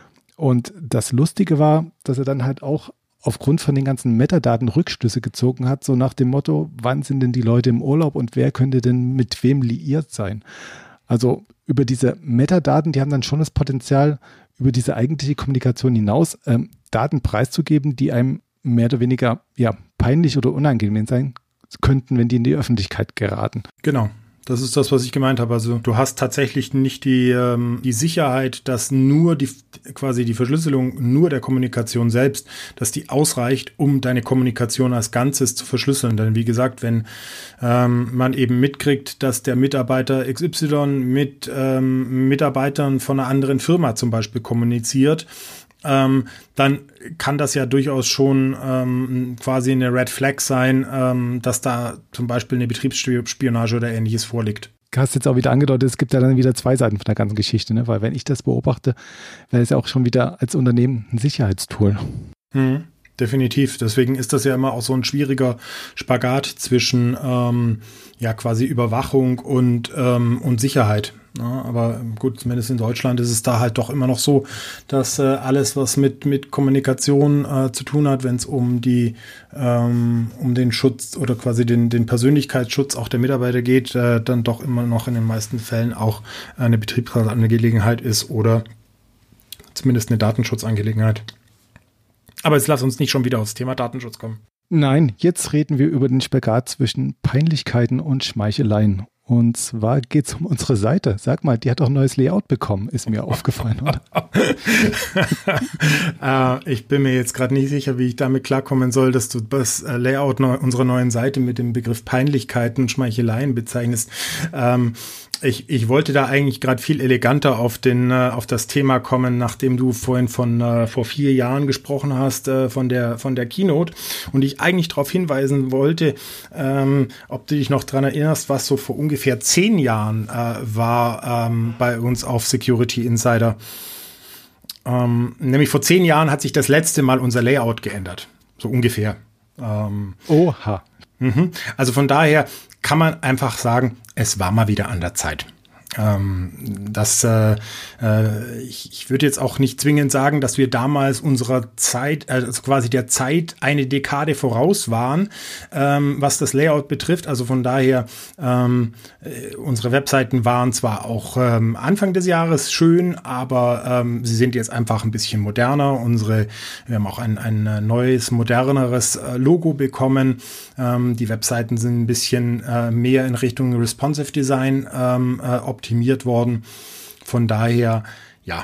Und das Lustige war, dass er dann halt auch aufgrund von den ganzen Metadaten Rückschlüsse gezogen hat, so nach dem Motto, wann sind denn die Leute im Urlaub und wer könnte denn mit wem liiert sein? Also über diese Metadaten, die haben dann schon das Potenzial, über diese eigentliche Kommunikation hinaus ähm, Daten preiszugeben, die einem mehr oder weniger ja, peinlich oder unangenehm sein könnten, wenn die in die Öffentlichkeit geraten. Genau. Das ist das, was ich gemeint habe. Also du hast tatsächlich nicht die, ähm, die Sicherheit, dass nur die quasi die Verschlüsselung nur der Kommunikation selbst, dass die ausreicht, um deine Kommunikation als Ganzes zu verschlüsseln. Denn wie gesagt, wenn ähm, man eben mitkriegt, dass der Mitarbeiter X Y mit ähm, Mitarbeitern von einer anderen Firma zum Beispiel kommuniziert, Ähm, dann kann das ja durchaus schon ähm, quasi eine Red Flag sein, ähm, dass da zum Beispiel eine Betriebsspionage oder Ähnliches vorliegt. Du hast jetzt auch wieder angedeutet, es gibt ja dann wieder zwei Seiten von der ganzen Geschichte, ne? Weil wenn ich das beobachte, wäre es ja auch schon wieder als Unternehmen ein Sicherheitstool. Hm, definitiv. Deswegen ist das ja immer auch so ein schwieriger Spagat zwischen ähm, ja quasi Überwachung und, ähm, und Sicherheit. Ja, aber gut, zumindest in Deutschland ist es da halt doch immer noch so, dass äh, alles, was mit, mit Kommunikation äh, zu tun hat, wenn es um die ähm, um den Schutz oder quasi den, den Persönlichkeitsschutz auch der Mitarbeiter geht, äh, dann doch immer noch in den meisten Fällen auch eine Betriebsratsangelegenheit ist oder zumindest eine Datenschutzangelegenheit. Aber jetzt lass uns nicht schon wieder aufs Thema Datenschutz kommen. Nein, jetzt reden wir über den Spagat zwischen Peinlichkeiten und Schmeicheleien. Und zwar geht es um unsere Seite. Sag mal, die hat doch ein neues Layout bekommen, ist mir aufgefallen, oder? äh, ich bin mir jetzt gerade nicht sicher, wie ich damit klarkommen soll, dass du das Layout neu, unserer neuen Seite mit dem Begriff Peinlichkeiten und Schmeicheleien bezeichnest. Ähm, Ich, ich wollte da eigentlich gerade viel eleganter auf den äh, auf das Thema kommen, nachdem du vorhin von äh, vor vier Jahren gesprochen hast, äh, von der von der Keynote, und ich eigentlich darauf hinweisen wollte, ähm, ob du dich noch dran erinnerst, was so vor ungefähr zehn Jahren äh, war ähm, bei uns auf Security Insider. Ähm, nämlich vor zehn Jahren hat sich das letzte Mal unser Layout geändert, so ungefähr. Ähm, Oha. Mhm. Also von daher kann man einfach sagen, es war mal wieder an der Zeit. Ähm, das, äh, äh, ich, ich würde jetzt auch nicht zwingend sagen, dass wir damals unserer Zeit, also quasi der Zeit eine Dekade voraus waren, ähm, was das Layout betrifft. Also von daher, ähm, äh, unsere Webseiten waren zwar auch ähm, Anfang des Jahres schön, aber ähm, sie sind jetzt einfach ein bisschen moderner. Unsere, wir haben auch ein, ein neues, moderneres äh, Logo bekommen. Ähm, die Webseiten sind ein bisschen äh, mehr in Richtung Responsive Design ähm, äh, optimiert worden. Von daher, ja,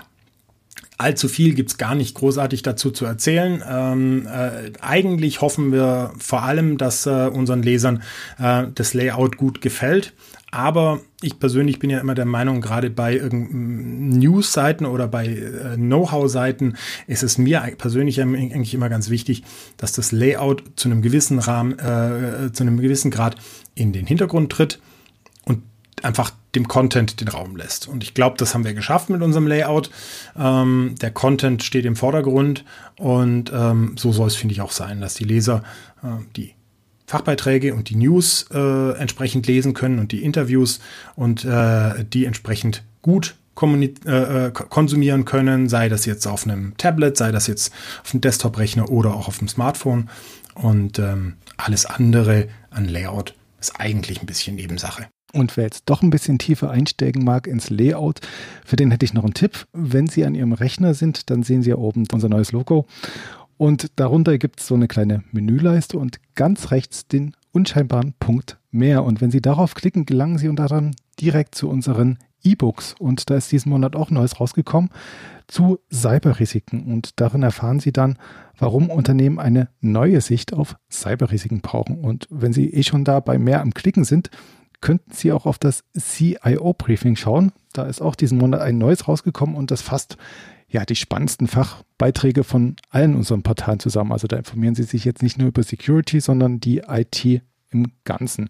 allzu viel gibt's gar nicht großartig dazu zu erzählen. Ähm, äh, eigentlich hoffen wir vor allem, dass äh, unseren Lesern äh, das Layout gut gefällt. Aber ich persönlich bin ja immer der Meinung, gerade bei irgendeinen News-Seiten oder bei äh, Know-how-Seiten ist es mir persönlich eigentlich immer ganz wichtig, dass das Layout zu einem gewissen Rahmen, äh, zu einem gewissen Grad in den Hintergrund tritt und einfach dem Content den Raum lässt. Und ich glaube, das haben wir geschafft mit unserem Layout. Ähm, der Content steht im Vordergrund und ähm, so soll es, finde ich, auch sein, dass die Leser äh, die Fachbeiträge und die News äh, entsprechend lesen können und die Interviews und äh, die entsprechend gut kommuni- äh, konsumieren können, sei das jetzt auf einem Tablet, sei das jetzt auf einem Desktop-Rechner oder auch auf dem Smartphone. Und ähm, alles andere an Layout ist eigentlich ein bisschen Nebensache. Und wer jetzt doch ein bisschen tiefer einsteigen mag ins Layout, für den hätte ich noch einen Tipp. Wenn Sie an Ihrem Rechner sind, dann sehen Sie ja oben unser neues Logo. Und darunter gibt es so eine kleine Menüleiste und ganz rechts den unscheinbaren Punkt mehr. Und wenn Sie darauf klicken, gelangen Sie unter anderem direkt zu unseren E-Books. Und da ist diesen Monat auch Neues rausgekommen zu Cyberrisiken. Und darin erfahren Sie dann, warum Unternehmen eine neue Sicht auf Cyberrisiken brauchen. Und wenn Sie eh schon da bei mehr am Klicken sind, könnten Sie auch auf das C I O-Briefing schauen. Da ist auch diesen Monat ein neues rausgekommen und das fasst ja die spannendsten Fachbeiträge von allen unseren Portalen zusammen. Also da informieren Sie sich jetzt nicht nur über Security, sondern die I T im Ganzen.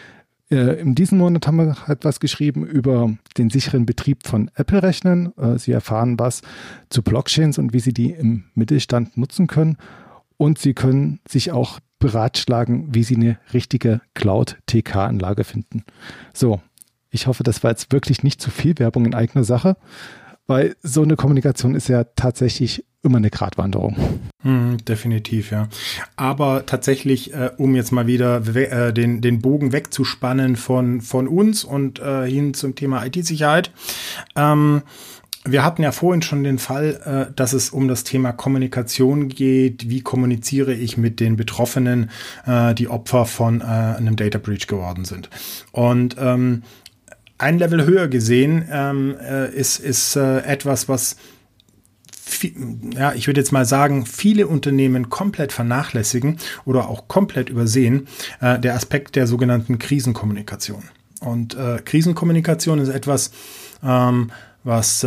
Äh, in diesem Monat haben wir etwas geschrieben über den sicheren Betrieb von Apple-Rechnern. Äh, Sie erfahren was zu Blockchains und wie Sie die im Mittelstand nutzen können. Und Sie können sich auch beratschlagen, wie Sie eine richtige Cloud-T K-Anlage finden. So, ich hoffe, das war jetzt wirklich nicht zu viel Werbung in eigener Sache, weil so eine Kommunikation ist ja tatsächlich immer eine Gratwanderung. Hm, definitiv, ja. Aber tatsächlich, äh, um jetzt mal wieder we- äh, den, den Bogen wegzuspannen von, von uns und äh, hin zum Thema I T-Sicherheit. Ähm, wir hatten ja vorhin schon den Fall, äh, dass es um das Thema Kommunikation geht. Wie kommuniziere ich mit den Betroffenen, äh, die Opfer von äh, einem Data Breach geworden sind? Und ähm, ein Level höher gesehen ähm, äh, ist, ist äh, etwas, was viel, ja, ich würde jetzt mal sagen, viele Unternehmen komplett vernachlässigen oder auch komplett übersehen, äh, der Aspekt der sogenannten Krisenkommunikation. Und äh, Krisenkommunikation ist etwas, ähm, was äh,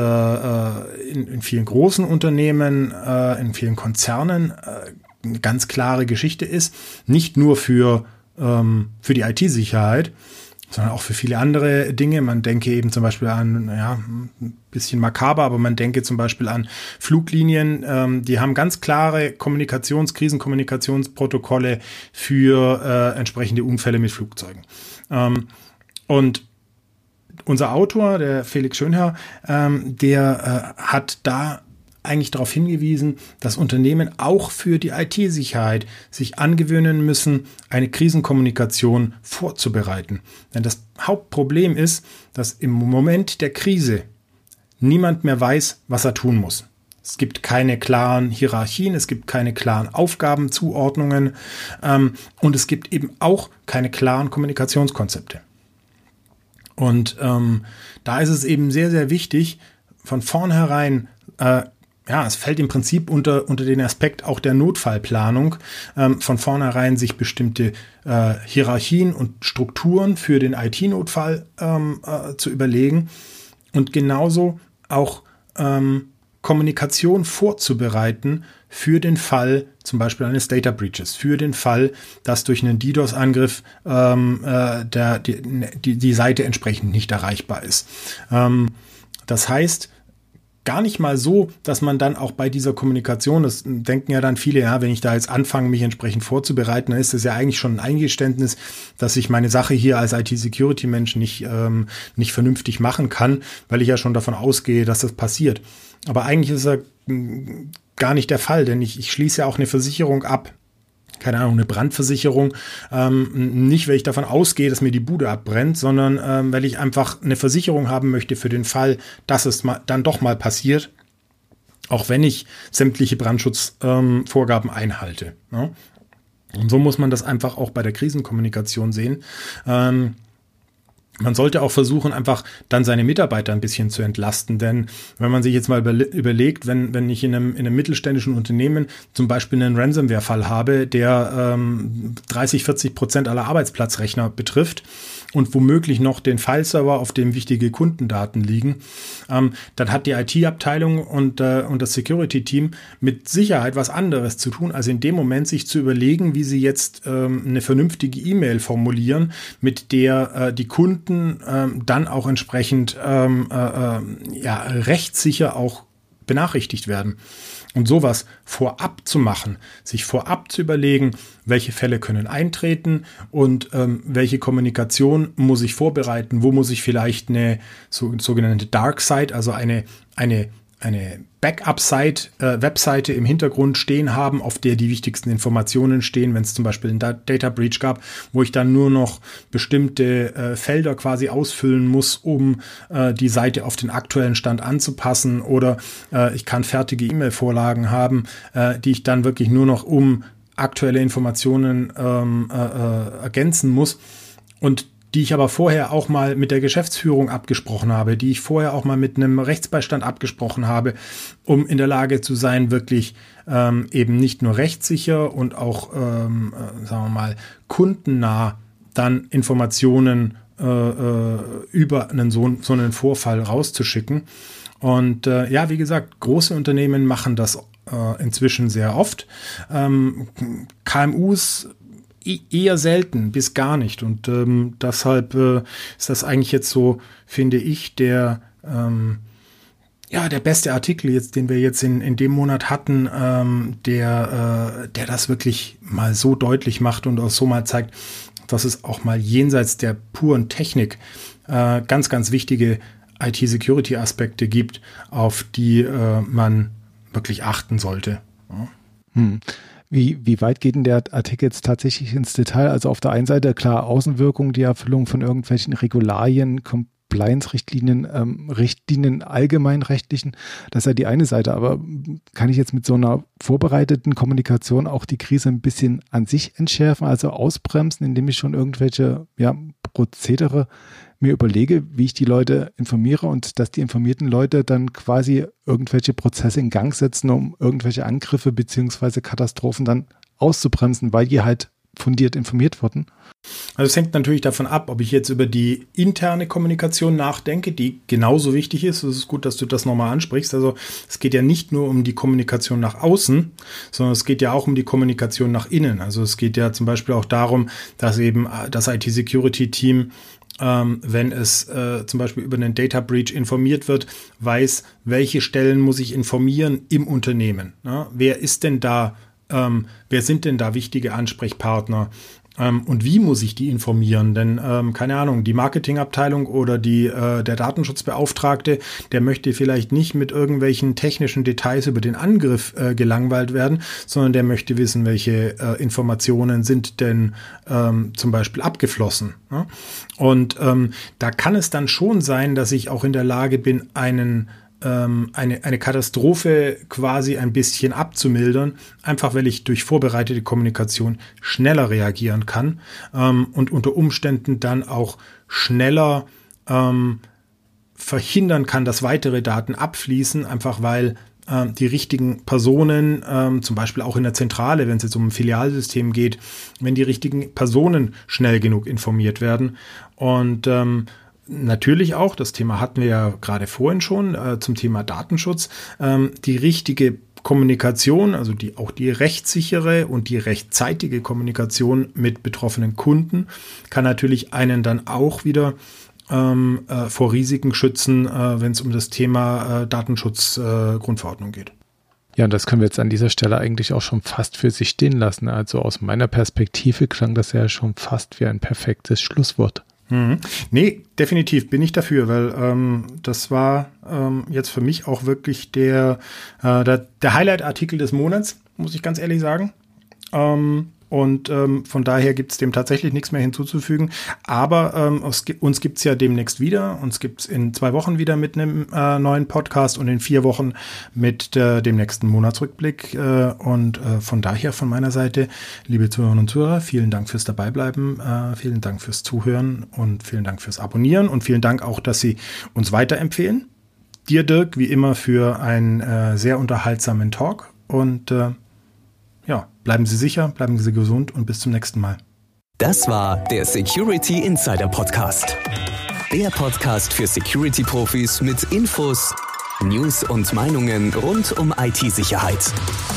in, in vielen großen Unternehmen, äh, in vielen Konzernen äh, eine ganz klare Geschichte ist. Nicht nur für, ähm, für die I T-Sicherheit, sondern auch für viele andere Dinge. Man denke eben zum Beispiel an, ja, ein bisschen makaber, aber man denke zum Beispiel an Fluglinien. Ähm, die haben ganz klare Kommunikations-, Krisenkommunikationsprotokolle für äh, entsprechende Unfälle mit Flugzeugen. Ähm, und unser Autor, der Felix Schönherr, ähm, der äh, hat da eigentlich darauf hingewiesen, dass Unternehmen auch für die I T-Sicherheit sich angewöhnen müssen, eine Krisenkommunikation vorzubereiten. Denn das Hauptproblem ist, dass im Moment der Krise niemand mehr weiß, was er tun muss. Es gibt keine klaren Hierarchien, es gibt keine klaren Aufgabenzuordnungen ähm, und es gibt eben auch keine klaren Kommunikationskonzepte. Und ähm, da ist es eben sehr, sehr wichtig, von vornherein, äh, ja, es fällt im Prinzip unter, unter den Aspekt auch der Notfallplanung, ähm, von vornherein sich bestimmte äh, Hierarchien und Strukturen für den I T-Notfall ähm, äh, zu überlegen und genauso auch ähm, Kommunikation vorzubereiten für den Fall zum Beispiel eines Data Breaches, für den Fall, dass durch einen DDoS-Angriff ähm, äh, der, die, die, die Seite entsprechend nicht erreichbar ist. Ähm, das heißt, gar nicht mal so, dass man dann auch bei dieser Kommunikation, das denken ja dann viele, ja, wenn ich da jetzt anfange, mich entsprechend vorzubereiten, dann ist das ja eigentlich schon ein Eingeständnis, dass ich meine Sache hier als I T-Security-Mensch nicht, ähm, nicht vernünftig machen kann, weil ich ja schon davon ausgehe, dass das passiert. Aber eigentlich ist es ja gar nicht der Fall, denn ich, ich schließe ja auch eine Versicherung ab. Keine Ahnung, eine Brandversicherung, ähm, nicht, weil ich davon ausgehe, dass mir die Bude abbrennt, sondern ähm, weil ich einfach eine Versicherung haben möchte für den Fall, dass es mal, dann doch mal passiert, auch wenn ich sämtliche Brandschutzvorgaben ähm, einhalte. Ne? Und so muss man das einfach auch bei der Krisenkommunikation sehen. Ähm, Man sollte auch versuchen, einfach dann seine Mitarbeiter ein bisschen zu entlasten, denn wenn man sich jetzt mal überlegt, wenn, wenn ich in einem, in einem mittelständischen Unternehmen zum Beispiel einen Ransomware-Fall habe, der ähm, dreißig, vierzig Prozent aller Arbeitsplatzrechner betrifft und womöglich noch den Fileserver, auf dem wichtige Kundendaten liegen, ähm, dann hat die I T-Abteilung und, äh, und das Security-Team mit Sicherheit was anderes zu tun, als in dem Moment sich zu überlegen, wie sie jetzt ähm, eine vernünftige E-Mail formulieren, mit der äh, die Kunden Ähm, dann auch entsprechend ähm, äh, äh, ja, rechtssicher auch benachrichtigt werden. Und sowas vorab zu machen, sich vorab zu überlegen, welche Fälle können eintreten und ähm, welche Kommunikation muss ich vorbereiten, wo muss ich vielleicht eine so, sogenannte Dark Site, also eine, eine eine Backup-Site, äh, Webseite im Hintergrund stehen haben, auf der die wichtigsten Informationen stehen, wenn es zum Beispiel einen Da- Data Breach gab, wo ich dann nur noch bestimmte äh, Felder quasi ausfüllen muss, um äh, die Seite auf den aktuellen Stand anzupassen, oder äh, ich kann fertige E-Mail-Vorlagen haben, äh, die ich dann wirklich nur noch um aktuelle Informationen ähm, äh, äh, ergänzen muss, und die ich aber vorher auch mal mit der Geschäftsführung abgesprochen habe, die ich vorher auch mal mit einem Rechtsbeistand abgesprochen habe, um in der Lage zu sein, wirklich ähm, eben nicht nur rechtssicher und auch, ähm, äh, sagen wir mal, kundennah dann Informationen äh, äh, über einen so, so einen Vorfall rauszuschicken. Und äh, ja, wie gesagt, große Unternehmen machen das äh, inzwischen sehr oft. Ähm, K M Us eher selten bis gar nicht, und ähm, deshalb äh, ist das eigentlich jetzt so, finde ich, der ähm, ja der beste Artikel jetzt, den wir jetzt in in dem Monat hatten, ähm, der äh, der das wirklich mal so deutlich macht und auch so mal zeigt, dass es auch mal jenseits der puren Technik äh, ganz ganz wichtige I T-Security-Aspekte gibt, auf die äh, man wirklich achten sollte. Ja. Hm. Wie, wie weit geht denn der Artikel jetzt tatsächlich ins Detail? Also auf der einen Seite klar Außenwirkung, die Erfüllung von irgendwelchen Regularien, Compliance-Richtlinien, ähm, Richtlinien allgemeinrechtlichen, das ist ja die eine Seite. Aber kann ich jetzt mit so einer vorbereiteten Kommunikation auch die Krise ein bisschen an sich entschärfen, also ausbremsen, indem ich schon irgendwelche ja, Prozedere mir überlege, wie ich die Leute informiere, und dass die informierten Leute dann quasi irgendwelche Prozesse in Gang setzen, um irgendwelche Angriffe beziehungsweise Katastrophen dann auszubremsen, weil die halt fundiert informiert wurden? Also es hängt natürlich davon ab, ob ich jetzt über die interne Kommunikation nachdenke, die genauso wichtig ist. Es ist gut, dass du das nochmal ansprichst. Also es geht ja nicht nur um die Kommunikation nach außen, sondern es geht ja auch um die Kommunikation nach innen. Also es geht ja zum Beispiel auch darum, dass eben das I T-Security-Team, Ähm, wenn es äh, zum Beispiel über einen Data Breach informiert wird, weiß, welche Stellen muss ich informieren im Unternehmen. Ne? Wer ist denn da, ähm, wer sind denn da wichtige Ansprechpartner? Ähm, und wie muss ich die informieren? Denn, ähm, keine Ahnung, die Marketingabteilung oder die, äh, der Datenschutzbeauftragte, der möchte vielleicht nicht mit irgendwelchen technischen Details über den Angriff äh, gelangweilt werden, sondern der möchte wissen, welche äh, Informationen sind denn ähm, zum Beispiel abgeflossen. Ne? Und ähm, da kann es dann schon sein, dass ich auch in der Lage bin, einen Eine, eine Katastrophe quasi ein bisschen abzumildern, einfach weil ich durch vorbereitete Kommunikation schneller reagieren kann ähm, und unter Umständen dann auch schneller ähm, verhindern kann, dass weitere Daten abfließen, einfach weil ähm, die richtigen Personen, ähm, zum Beispiel auch in der Zentrale, wenn es jetzt um ein Filialsystem geht, wenn die richtigen Personen schnell genug informiert werden. Und ähm, natürlich auch, das Thema hatten wir ja gerade vorhin schon, äh, zum Thema Datenschutz, ähm, die richtige Kommunikation, also die auch die rechtssichere und die rechtzeitige Kommunikation mit betroffenen Kunden kann natürlich einen dann auch wieder ähm, äh, vor Risiken schützen, äh, wenn es um das Thema äh, Datenschutz äh, Grundverordnung geht. Ja, und das können wir jetzt an dieser Stelle eigentlich auch schon fast für sich stehen lassen. Also aus meiner Perspektive klang das ja schon fast wie ein perfektes Schlusswort. Mhm. Nee, definitiv bin ich dafür, weil ähm, das war ähm, jetzt für mich auch wirklich der, äh, der, der Highlight-Artikel des Monats, muss ich ganz ehrlich sagen. Ähm, und ähm, von daher gibt es dem tatsächlich nichts mehr hinzuzufügen. Aber ähm, es, uns gibt es ja demnächst wieder. Uns gibt es in zwei Wochen wieder mit einem äh, neuen Podcast und in vier Wochen mit äh, dem nächsten Monatsrückblick. Äh, und äh, von daher von meiner Seite, liebe Zuhörerinnen und Zuhörer, vielen Dank fürs Dabeibleiben, äh, vielen Dank fürs Zuhören und vielen Dank fürs Abonnieren und vielen Dank auch, dass Sie uns weiterempfehlen. Dir, Dirk, wie immer für einen äh, sehr unterhaltsamen Talk und äh, ja, bleiben Sie sicher, bleiben Sie gesund und bis zum nächsten Mal. Das war der Security Insider Podcast. Der Podcast für Security-Profis mit Infos, News und Meinungen rund um I T-Sicherheit.